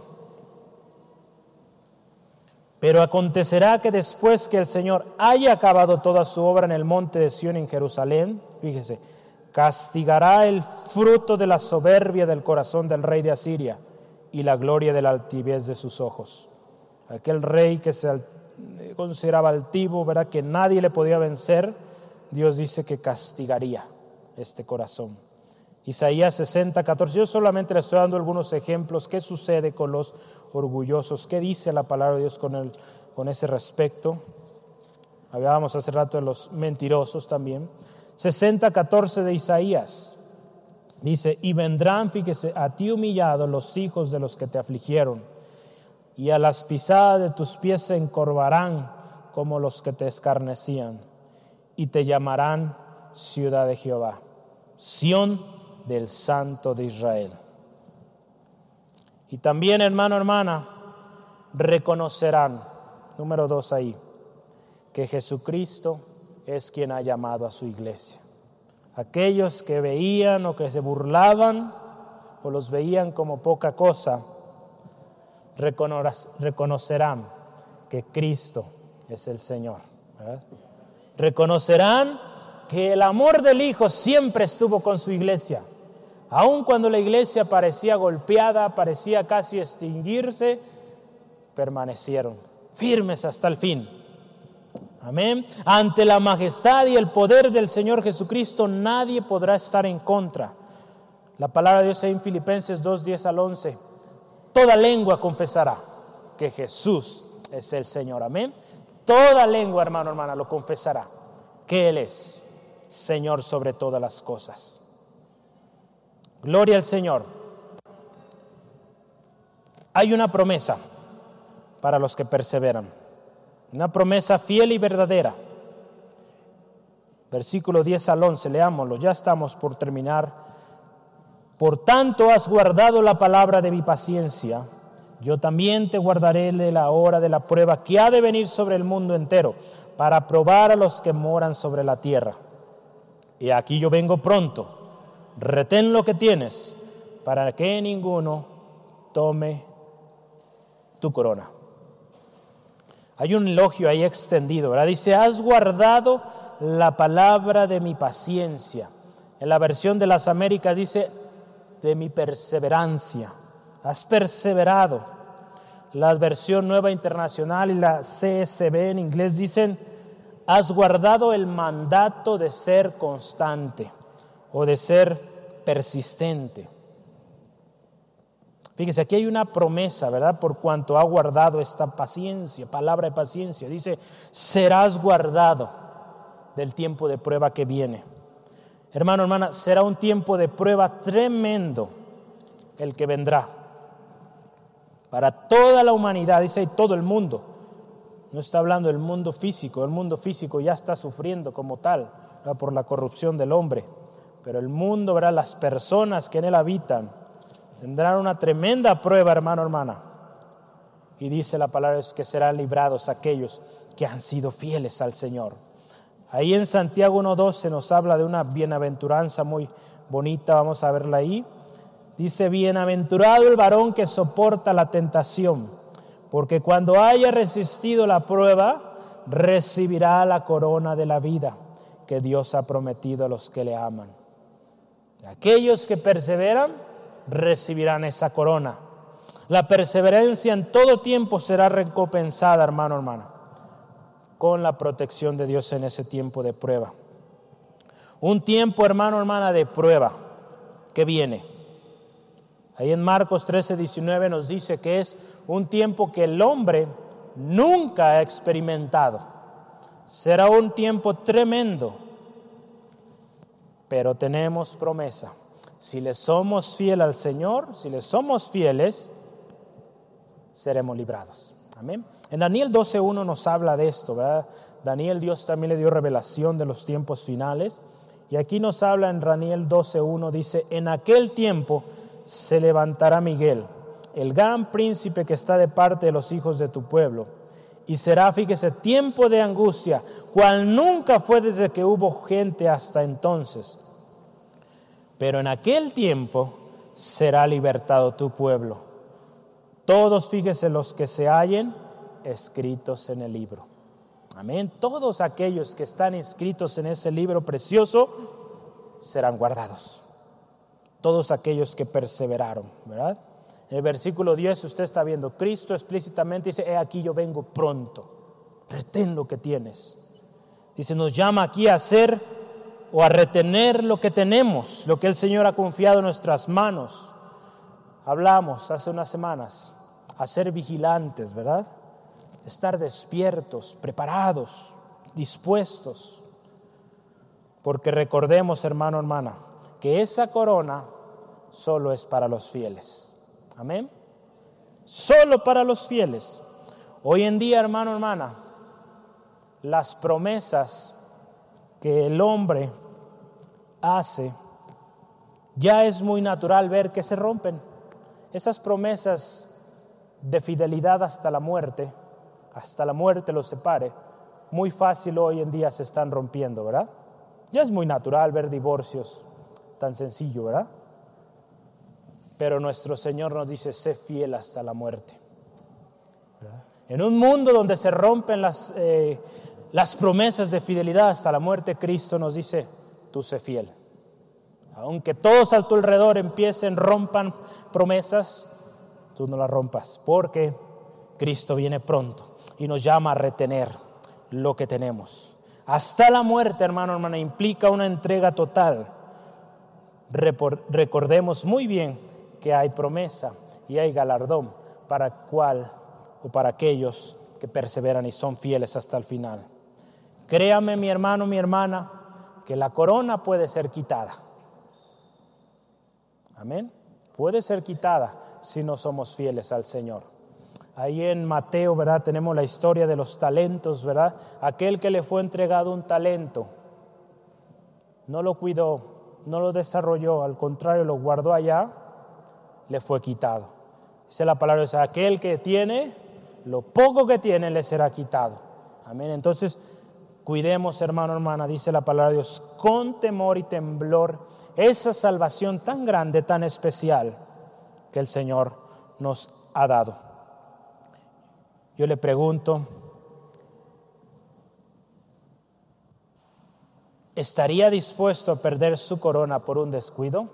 Pero acontecerá que después que el Señor haya acabado toda su obra en el monte de Sión en Jerusalén, fíjese, castigará el fruto de la soberbia del corazón del rey de Asiria y la gloria de la altivez de sus ojos. Aquel rey que se consideraba altivo, ¿verdad?, que nadie le podía vencer, Dios dice que castigaría este corazón. Isaías sesenta, catorce. Yo solamente le estoy dando algunos ejemplos. ¿Qué sucede con los orgullosos? ¿Qué dice la palabra de Dios con, el, con ese respecto? Hablábamos hace rato de los mentirosos también. sesenta, catorce de Isaías. Dice, y vendrán, fíjese, a ti humillados los hijos de los que te afligieron, y a las pisadas de tus pies se encorvarán como los que te escarnecían, y te llamarán ciudad de Jehová, Sión del Santo de Israel. Y también, hermano, hermana, reconocerán, número dos ahí, que Jesucristo es quien ha llamado a su iglesia. Aquellos que veían o que se burlaban o los veían como poca cosa, reconocerán que Cristo es el Señor, ¿verdad? Reconocerán que el amor del Hijo siempre estuvo con su iglesia. Aun cuando la iglesia parecía golpeada, parecía casi extinguirse, permanecieron firmes hasta el fin. Amén. Ante la majestad y el poder del Señor Jesucristo, nadie podrá estar en contra. La palabra de Dios en Filipenses dos, diez al once. Toda lengua confesará que Jesús es el Señor. Amén. Toda lengua, hermano, hermana, lo confesará, que Él es Señor sobre todas las cosas. Gloria al Señor. Hay una promesa para los que perseveran, una promesa fiel y verdadera. Versículo diez al once, leámoslo, ya estamos por terminar. Por tanto has guardado la palabra de mi paciencia, yo también te guardaré de la hora de la prueba que ha de venir sobre el mundo entero, para probar a los que moran sobre la tierra. Y aquí yo vengo pronto. Retén lo que tienes, para que ninguno tome tu corona. Hay un elogio ahí extendido, ¿verdad? Dice, has guardado la palabra de mi paciencia. En la versión de las Américas dice, de mi perseverancia. Has perseverado. La versión Nueva Internacional y la C S B en inglés dicen, has guardado el mandato de ser constante o de ser persistente. Fíjese, aquí hay una promesa, ¿verdad? Por cuanto ha guardado esta paciencia, palabra de paciencia. Dice, serás guardado del tiempo de prueba que viene. Hermano, hermana, será un tiempo de prueba tremendo el que vendrá. Para toda la humanidad, dice ahí, todo el mundo. No está hablando del mundo físico, el mundo físico ya está sufriendo como tal, ¿verdad?, por la corrupción del hombre. Pero el mundo, ¿verdad?, las personas que en él habitan, Tendrán una tremenda prueba, hermano, hermana. Y dice la palabra es que serán librados aquellos que han sido fieles al Señor. Ahí en Santiago uno doce nos habla de una bienaventuranza muy bonita, vamos a verla ahí. Dice, bienaventurado el varón que soporta la tentación, porque cuando haya resistido la prueba, recibirá la corona de la vida que Dios ha prometido a los que le aman. Aquellos que perseveran, recibirán esa corona. La perseverancia en todo tiempo será recompensada, hermano, hermana, con la protección de Dios en ese tiempo de prueba. Un tiempo, hermano, hermana, de prueba que viene. Ahí en Marcos trece, diecinueve nos dice que es un tiempo que el hombre nunca ha experimentado. Será un tiempo tremendo, pero tenemos promesa. Si le somos fieles al Señor, si le somos fieles, seremos librados. Amén. En Daniel doce uno nos habla de esto, ¿verdad? Daniel, Dios también le dio revelación de los tiempos finales. Y aquí nos habla en Daniel doce uno, dice, en aquel tiempo se levantará Miguel, el gran príncipe que está de parte de los hijos de tu pueblo. Y será, fíjese, tiempo de angustia, cual nunca fue desde que hubo gente hasta entonces. Pero en aquel tiempo será libertado tu pueblo. Todos, fíjese, los que se hallen escritos en el libro. Amén. Todos aquellos que están inscritos en ese libro precioso serán guardados. Todos aquellos que perseveraron, ¿verdad? En el versículo diez usted está viendo, Cristo explícitamente dice, he aquí yo vengo pronto, retén lo que tienes. Dice, nos llama aquí a hacer o a retener lo que tenemos, lo que el Señor ha confiado en nuestras manos. Hablamos hace unas semanas, a ser vigilantes, ¿verdad? Estar despiertos, preparados, dispuestos. Porque recordemos, hermano, hermana, que esa corona solo es para los fieles. Amén. Solo para los fieles. Hoy en día, hermano, hermana, las promesas que el hombre hace, ya es muy natural ver que se rompen. Esas promesas de fidelidad hasta la muerte, hasta la muerte los separe, muy fácil hoy en día se están rompiendo, ¿verdad? Ya es muy natural ver divorcios tan sencillo, ¿verdad? Pero nuestro Señor nos dice, sé fiel hasta la muerte. ¿Verdad? En un mundo donde se rompen las, eh, las promesas de fidelidad hasta la muerte, Cristo nos dice, tú sé fiel. Aunque todos a tu alrededor empiecen, rompan promesas, tú no las rompas, porque Cristo viene pronto y nos llama a retener lo que tenemos. Hasta la muerte, hermano, hermana, implica una entrega total. Recordemos muy bien que hay promesa y hay galardón para cual o para aquellos que perseveran y son fieles hasta el final. Créame, mi hermano, mi hermana, que la corona puede ser quitada. Amén. Puede ser quitada si no somos fieles al Señor. Ahí en Mateo, ¿verdad? Tenemos la historia de los talentos, ¿verdad? Aquel que le fue entregado un talento, no lo cuidó, no lo desarrolló, al contrario, lo guardó allá, le fue quitado. Dice la palabra, es aquel que tiene, lo poco que tiene le será quitado. Amén. Entonces, cuidemos, hermano, hermana, dice la palabra de Dios, con temor y temblor, esa salvación tan grande, tan especial que el Señor nos ha dado. Yo le pregunto, ¿estaría dispuesto a perder su corona por un descuido?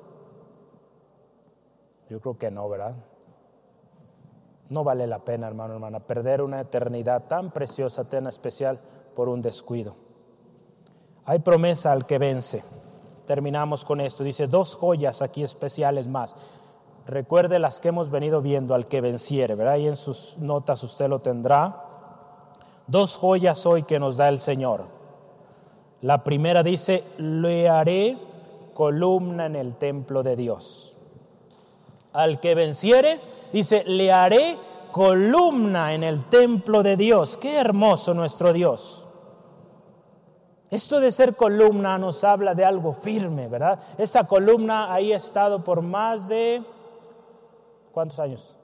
Yo creo que no, ¿verdad? No vale la pena, hermano, hermana, perder una eternidad tan preciosa, tan especial por un descuido. Hay promesa al que vence. Terminamos con esto. Dice dos joyas aquí especiales más. Recuerde las que hemos venido viendo, al que venciere, ¿verdad? Ahí en sus notas usted lo tendrá. Dos joyas hoy que nos da el Señor. La primera dice, le haré columna en el templo de Dios. Al que venciere, dice, le haré columna en el templo de Dios. Qué hermoso nuestro Dios. Esto de ser columna nos habla de algo firme, ¿verdad? Esa columna ahí ha estado por más de ¿cuántos años?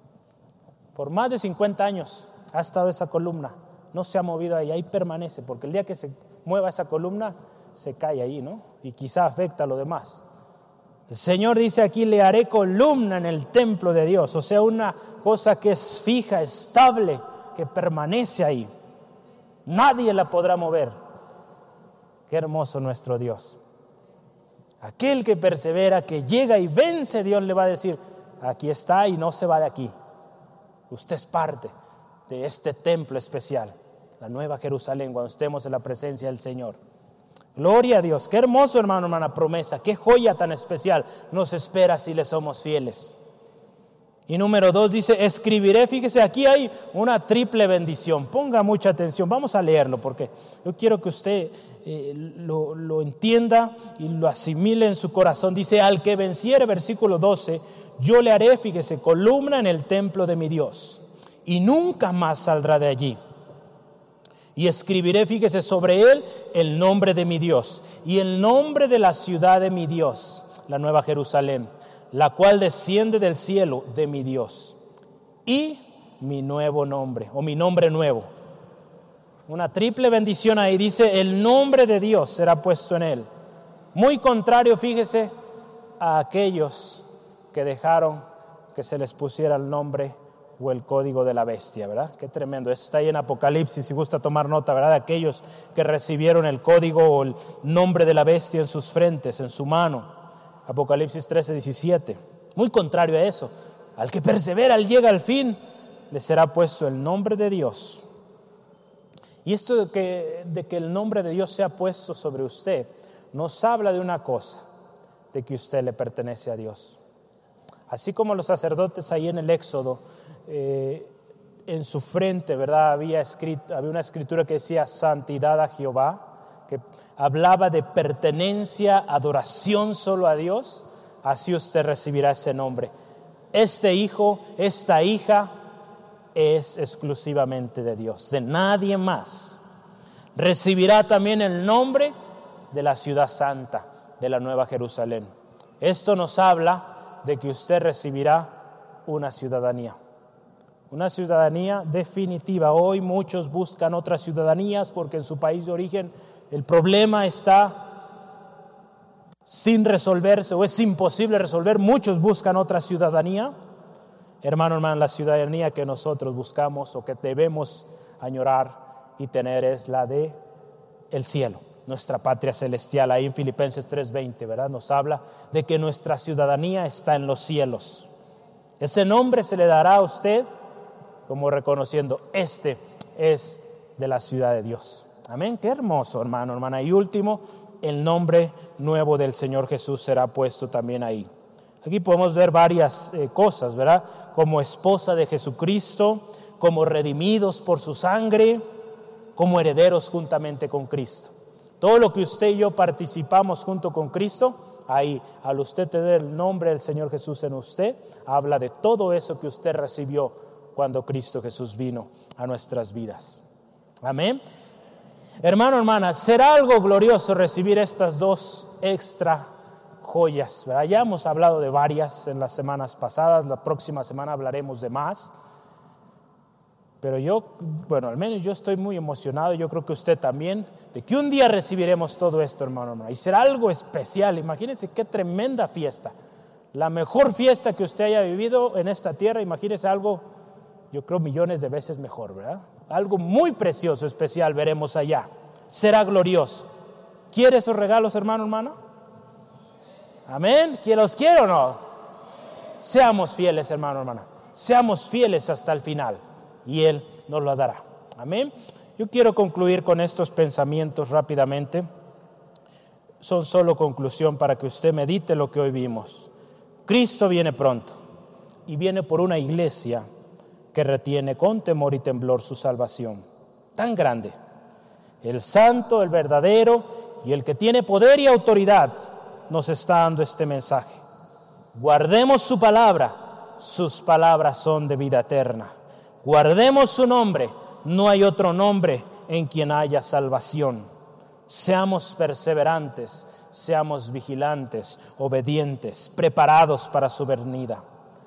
Por más de cincuenta años ha estado esa columna, no se ha movido ahí, ahí permanece, porque el día que se mueva esa columna, se cae ahí, ¿no? Y quizá afecta a lo demás. El Señor dice aquí, le haré columna en el templo de Dios, o sea, una cosa que es fija, estable, que permanece ahí. Nadie la podrá mover. Qué hermoso nuestro Dios. Aquel que persevera, que llega y vence, Dios le va a decir, aquí está y no se va de aquí. Usted es parte de este templo especial, la Nueva Jerusalén, cuando estemos en la presencia del Señor. Gloria a Dios. Qué hermoso, hermano, hermana, promesa. Qué joya tan especial nos espera si le somos fieles. Y número dos dice, escribiré. Fíjese, aquí hay una triple bendición. Ponga mucha atención. Vamos a leerlo porque yo quiero que usted eh, lo, lo entienda y lo asimile en su corazón. Dice, al que venciere, versículo doce, yo le haré, fíjese, columna en el templo de mi Dios y nunca más saldrá de allí. Y escribiré, fíjese, sobre él el nombre de mi Dios y el nombre de la ciudad de mi Dios, la Nueva Jerusalén, la cual desciende del cielo de mi Dios, y mi nuevo nombre, o mi nombre nuevo. Una triple bendición ahí, dice, el nombre de Dios será puesto en él. Muy contrario, fíjese, a aquellos que dejaron que se les pusiera el nombre o el código de la bestia, ¿verdad? Qué tremendo. Eso está ahí en Apocalipsis, si gusta tomar nota, ¿verdad? De aquellos que recibieron el código o el nombre de la bestia en sus frentes, en su mano. Apocalipsis trece, diecisiete. Muy contrario a eso. Al que persevera, al llega al fin, le será puesto el nombre de Dios. Y esto de que, de que el nombre de Dios sea puesto sobre usted, nos habla de una cosa, de que usted le pertenece a Dios. Así como los sacerdotes ahí en el Éxodo, eh, en su frente, ¿verdad? Había, escrito, había una escritura que decía santidad a Jehová, que hablaba de pertenencia, adoración solo a Dios. Así usted recibirá ese nombre. Este hijo, esta hija es exclusivamente de Dios, de nadie más. Recibirá también el nombre de la ciudad santa, de la Nueva Jerusalén. Esto nos habla de que usted recibirá una ciudadanía. Una ciudadanía definitiva. Hoy muchos buscan otras ciudadanías porque en su país de origen el problema está sin resolverse o es imposible resolver. Muchos buscan otra ciudadanía. Hermano, hermano, la ciudadanía que nosotros buscamos o que debemos añorar y tener es la de el cielo, nuestra patria celestial. Ahí en Filipenses tres veinte, ¿verdad? Nos habla de que nuestra ciudadanía está en los cielos. Ese nombre se le dará a usted como reconociendo, este es de la ciudad de Dios. Amén, qué hermoso, hermano, hermana. Y último, el nombre nuevo del Señor Jesús será puesto también ahí. Aquí podemos ver varias eh, cosas, ¿verdad? Como esposa de Jesucristo, como redimidos por su sangre, como herederos juntamente con Cristo. Todo lo que usted y yo participamos junto con Cristo, ahí, al usted tener el nombre del Señor Jesús en usted, habla de todo eso que usted recibió cuando Cristo Jesús vino a nuestras vidas. Amén. Hermano, hermana, será algo glorioso recibir estas dos extra joyas, ¿verdad? Ya hemos hablado de varias en las semanas pasadas, la próxima semana hablaremos de más. Pero yo, bueno, al menos yo estoy muy emocionado, yo creo que usted también, de que un día recibiremos todo esto, hermano, hermana. Y será algo especial. Imagínense qué tremenda fiesta. La mejor fiesta que usted haya vivido en esta tierra, imagínense algo, yo creo millones de veces mejor, ¿verdad? Algo muy precioso, especial, veremos allá. Será glorioso. ¿Quiere esos regalos, hermano, hermana? Amén. ¿Quién los quiere o no? Seamos fieles, hermano, hermana. Seamos fieles hasta el final y Él nos lo dará. Amén. Yo quiero concluir con estos pensamientos rápidamente. Son solo conclusión para que usted medite lo que hoy vimos. Cristo viene pronto y viene por una iglesia que retiene con temor y temblor su salvación tan grande. El santo, el verdadero y el que tiene poder y autoridad nos está dando este mensaje. Guardemos su palabra, sus palabras son de vida eterna. Guardemos su nombre, no hay otro nombre en quien haya salvación. Seamos perseverantes, seamos vigilantes, obedientes, preparados para su venida.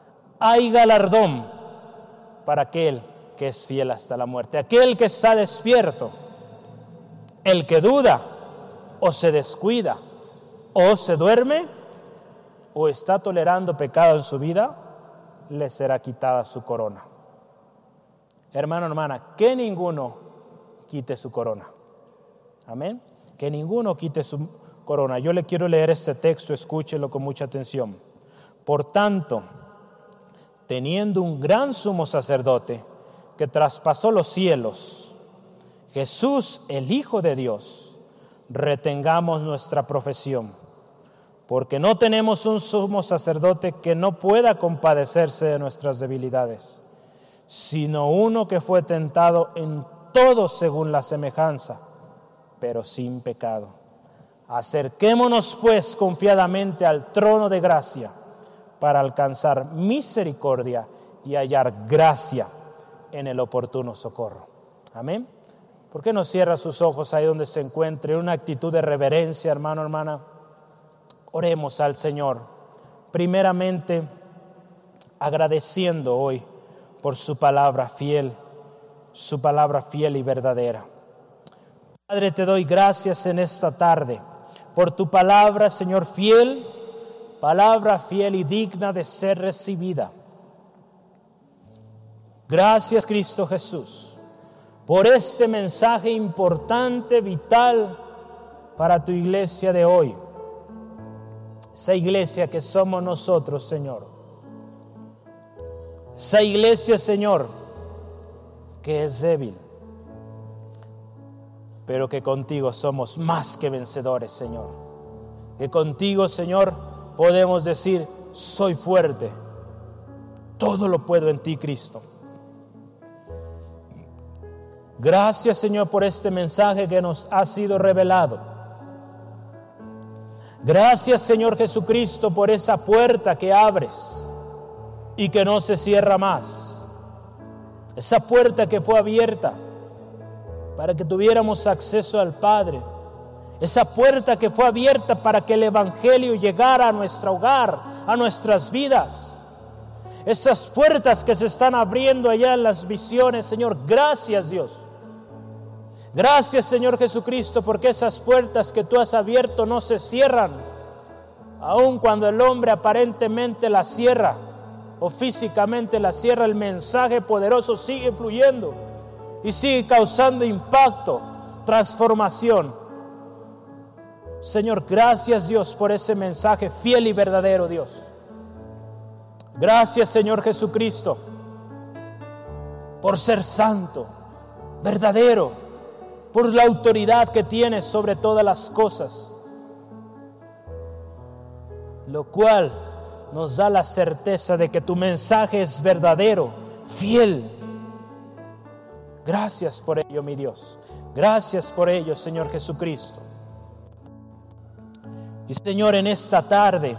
hay galardón para aquel que es fiel hasta la muerte, aquel que está despierto. El que duda o se descuida o se duerme o está tolerando pecado en su vida, le será quitada su corona. Hermano, hermana, que ninguno quite su corona. Amén. Que ninguno quite su corona. Yo le quiero leer este texto, escúchelo con mucha atención. Por tanto, teniendo un gran sumo sacerdote que traspasó los cielos, Jesús, el Hijo de Dios, retengamos nuestra profesión, porque no tenemos un sumo sacerdote que no pueda compadecerse de nuestras debilidades, sino uno que fue tentado en todo según la semejanza, pero sin pecado. Acerquémonos pues confiadamente al trono de gracia para alcanzar misericordia y hallar gracia en el oportuno socorro. Amén. ¿Por qué no cierra sus ojos ahí donde se encuentre? Una actitud de reverencia, hermano, hermana. Oremos al Señor. Primeramente, agradeciendo hoy por su palabra fiel, su palabra fiel y verdadera. Padre, te doy gracias en esta tarde por tu palabra, Señor, fiel, palabra fiel y digna de ser recibida. Gracias, Cristo Jesús, por este mensaje importante, vital para tu iglesia de hoy. Esa iglesia que somos nosotros, Señor. Esa iglesia, Señor, que es débil, pero que contigo somos más que vencedores, Señor. Que contigo, Señor, podemos decir, soy fuerte. Todo lo puedo en ti, Cristo. Gracias, Señor, por este mensaje que nos ha sido revelado. Gracias, Señor Jesucristo, por esa puerta que abres y que no se cierra más. Esa puerta que fue abierta para que tuviéramos acceso al Padre. Esa puerta que fue abierta para que el Evangelio llegara a nuestro hogar, a nuestras vidas. Esas puertas que se están abriendo allá en las visiones, Señor, gracias, Dios. Gracias, Señor Jesucristo, porque esas puertas que tú has abierto no se cierran, aun cuando el hombre aparentemente las cierra o físicamente las cierra. El mensaje poderoso sigue fluyendo y sigue causando impacto, transformación. Señor, gracias, Dios, por ese mensaje fiel y verdadero, Dios. Gracias, Señor Jesucristo, por ser santo, verdadero, por la autoridad que tienes sobre todas las cosas, lo cual nos da la certeza de que tu mensaje es verdadero, fiel. Gracias por ello, mi Dios. Gracias por ello, Señor Jesucristo. Y Señor, en esta tarde,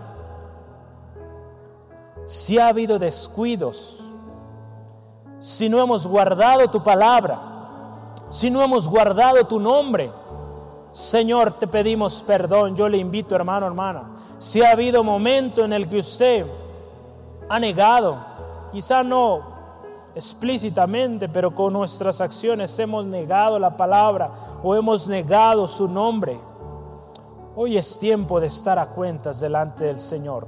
si ha habido descuidos, si no hemos guardado tu palabra, si no hemos guardado tu nombre, Señor, te pedimos perdón. Yo le invito, hermano, hermana, si ha habido momento en el que usted ha negado, quizá no explícitamente, pero con nuestras acciones hemos negado la palabra o hemos negado su nombre, hoy es tiempo de estar a cuentas delante del Señor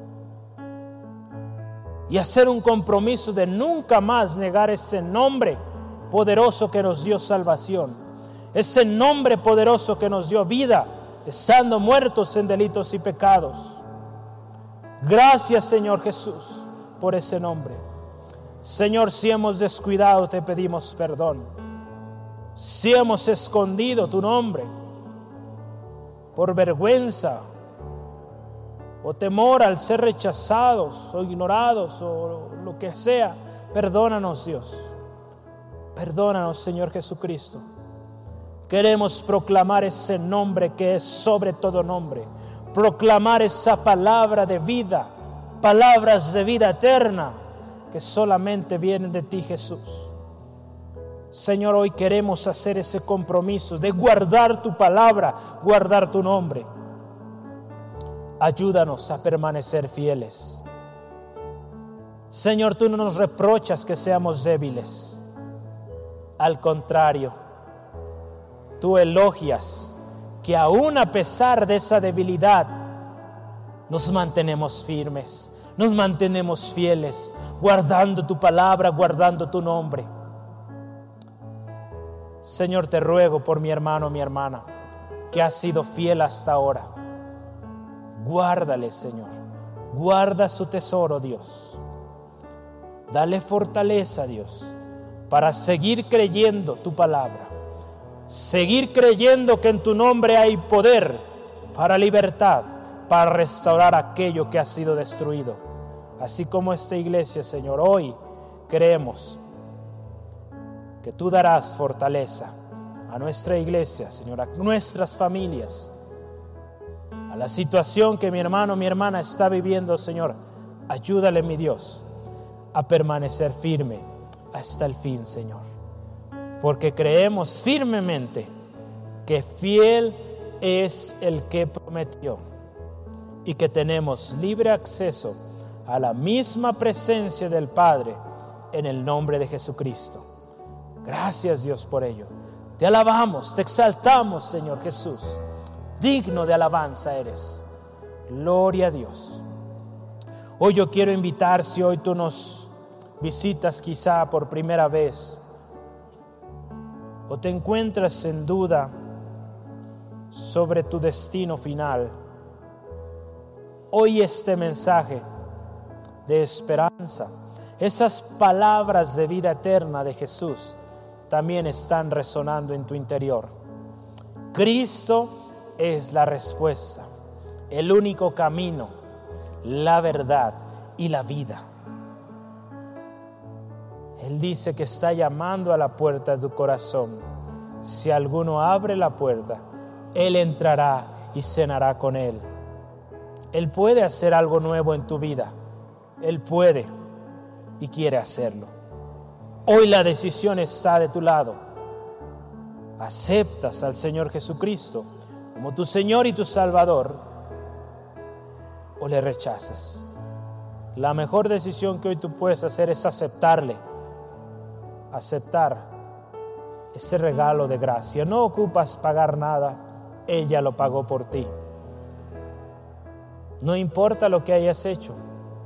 y hacer un compromiso de nunca más negar ese nombre poderoso que nos dio salvación, ese nombre poderoso que nos dio vida, estando muertos en delitos y pecados. Gracias, Señor Jesús, por ese nombre. Señor, si hemos descuidado, te pedimos perdón. Si hemos escondido tu nombre por vergüenza o temor al ser rechazados o ignorados o lo que sea, perdónanos, Dios. Perdónanos, Señor Jesucristo. Queremos proclamar ese nombre que es sobre todo nombre. Proclamar esa palabra de vida, palabras de vida eterna que solamente vienen de ti, Jesús. Señor, hoy queremos hacer ese compromiso de guardar tu palabra, guardar tu nombre. Ayúdanos a permanecer fieles. Señor, tú no nos reprochas que seamos débiles. Al contrario, tú elogias que aún a pesar de esa debilidad, nos mantenemos firmes, nos mantenemos fieles, guardando tu palabra, guardando tu nombre. Señor, te ruego por mi hermano, mi hermana, que ha sido fiel hasta ahora. Guárdale, Señor, guarda su tesoro, Dios. Dale fortaleza, Dios, para seguir creyendo tu palabra, seguir creyendo que en tu nombre hay poder para libertad, para restaurar aquello que ha sido destruido. Así como esta iglesia, Señor, hoy creemos que tú darás fortaleza a nuestra iglesia, Señor, a nuestras familias, a la situación que mi hermano, mi hermana está viviendo, Señor. Ayúdale, mi Dios, a permanecer firme hasta el fin, Señor, porque creemos firmemente que fiel es el que prometió y que tenemos libre acceso a la misma presencia del Padre en el nombre de Jesucristo. Gracias, Dios, por ello. Te alabamos, te exaltamos, Señor Jesús. Digno de alabanza eres. Gloria a Dios. Hoy yo quiero invitar, si hoy tú nos visitas quizá por primera vez o te encuentras en duda sobre tu destino final, hoy este mensaje de esperanza, esas palabras de vida eterna de Jesús también están resonando en tu interior. Cristo es la respuesta, el único camino, la verdad y la vida. Él dice que está llamando a la puerta de tu corazón. Si alguno abre la puerta, Él entrará y cenará con Él. Él puede hacer algo nuevo en tu vida. Él puede y quiere hacerlo. Hoy la decisión está de tu lado. ¿Aceptas al Señor Jesucristo como tu Señor y tu Salvador o le rechazas? La mejor decisión que hoy tú puedes hacer es aceptarle. Aceptar ese regalo de gracia. No ocupas pagar nada. Él ya lo pagó por ti. No importa lo que hayas hecho,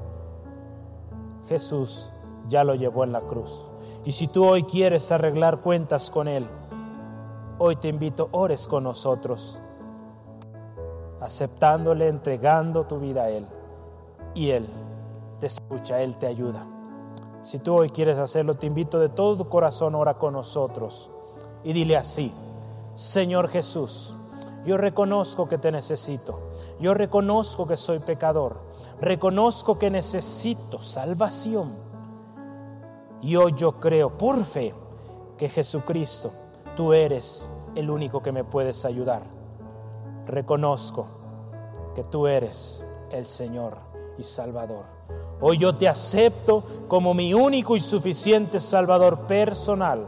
Jesús ya lo llevó en la cruz. Y si tú hoy quieres arreglar cuentas con Él, hoy te invito, ores con nosotros, aceptándole, entregando tu vida a Él. Y Él te escucha, Él te ayuda. Si tú hoy quieres hacerlo, te invito de todo tu corazón, ora con nosotros y dile así: Señor Jesús, yo reconozco que te necesito. Yo reconozco que soy pecador. Reconozco que necesito salvación. Y hoy yo creo por fe que Jesucristo, tú eres el único que me puedes ayudar. Reconozco que tú eres el Señor y Salvador. Hoy yo te acepto como mi único y suficiente Salvador personal.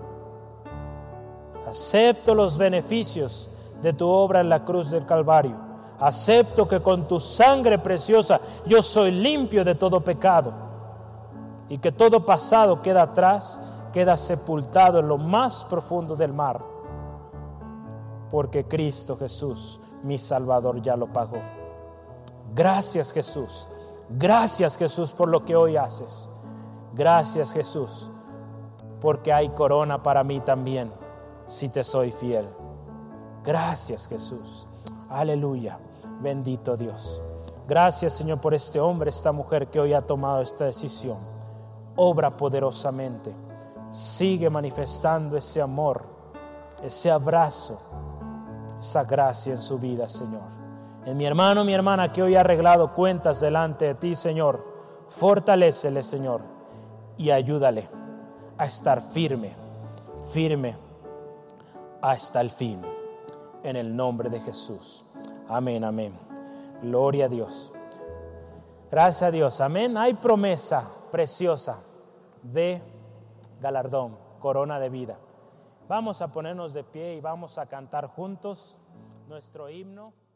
Acepto los beneficios de tu obra en la cruz del Calvario. Acepto que con tu sangre preciosa yo soy limpio de todo pecado y que todo pasado queda atrás, queda sepultado en lo más profundo del mar, porque Cristo Jesús, mi Salvador, ya lo pagó. Gracias, Jesús. Gracias, Jesús, por lo que hoy haces. Gracias, Jesús, porque hay corona para mí también, si te soy fiel. Gracias, Jesús. Aleluya. Bendito Dios. Gracias, Señor, por este hombre, esta mujer que hoy ha tomado esta decisión. Obra poderosamente. Sigue manifestando ese amor, ese abrazo, esa gracia en su vida, Señor. En mi hermano, mi hermana que hoy ha arreglado cuentas delante de ti, Señor, fortalécele, Señor, y ayúdale a estar firme, firme hasta el fin. En el nombre de Jesús. Amén, amén. Gloria a Dios. Gracias a Dios. Amén. Hay promesa preciosa de galardón, corona de vida. Vamos a ponernos de pie y vamos a cantar juntos nuestro himno.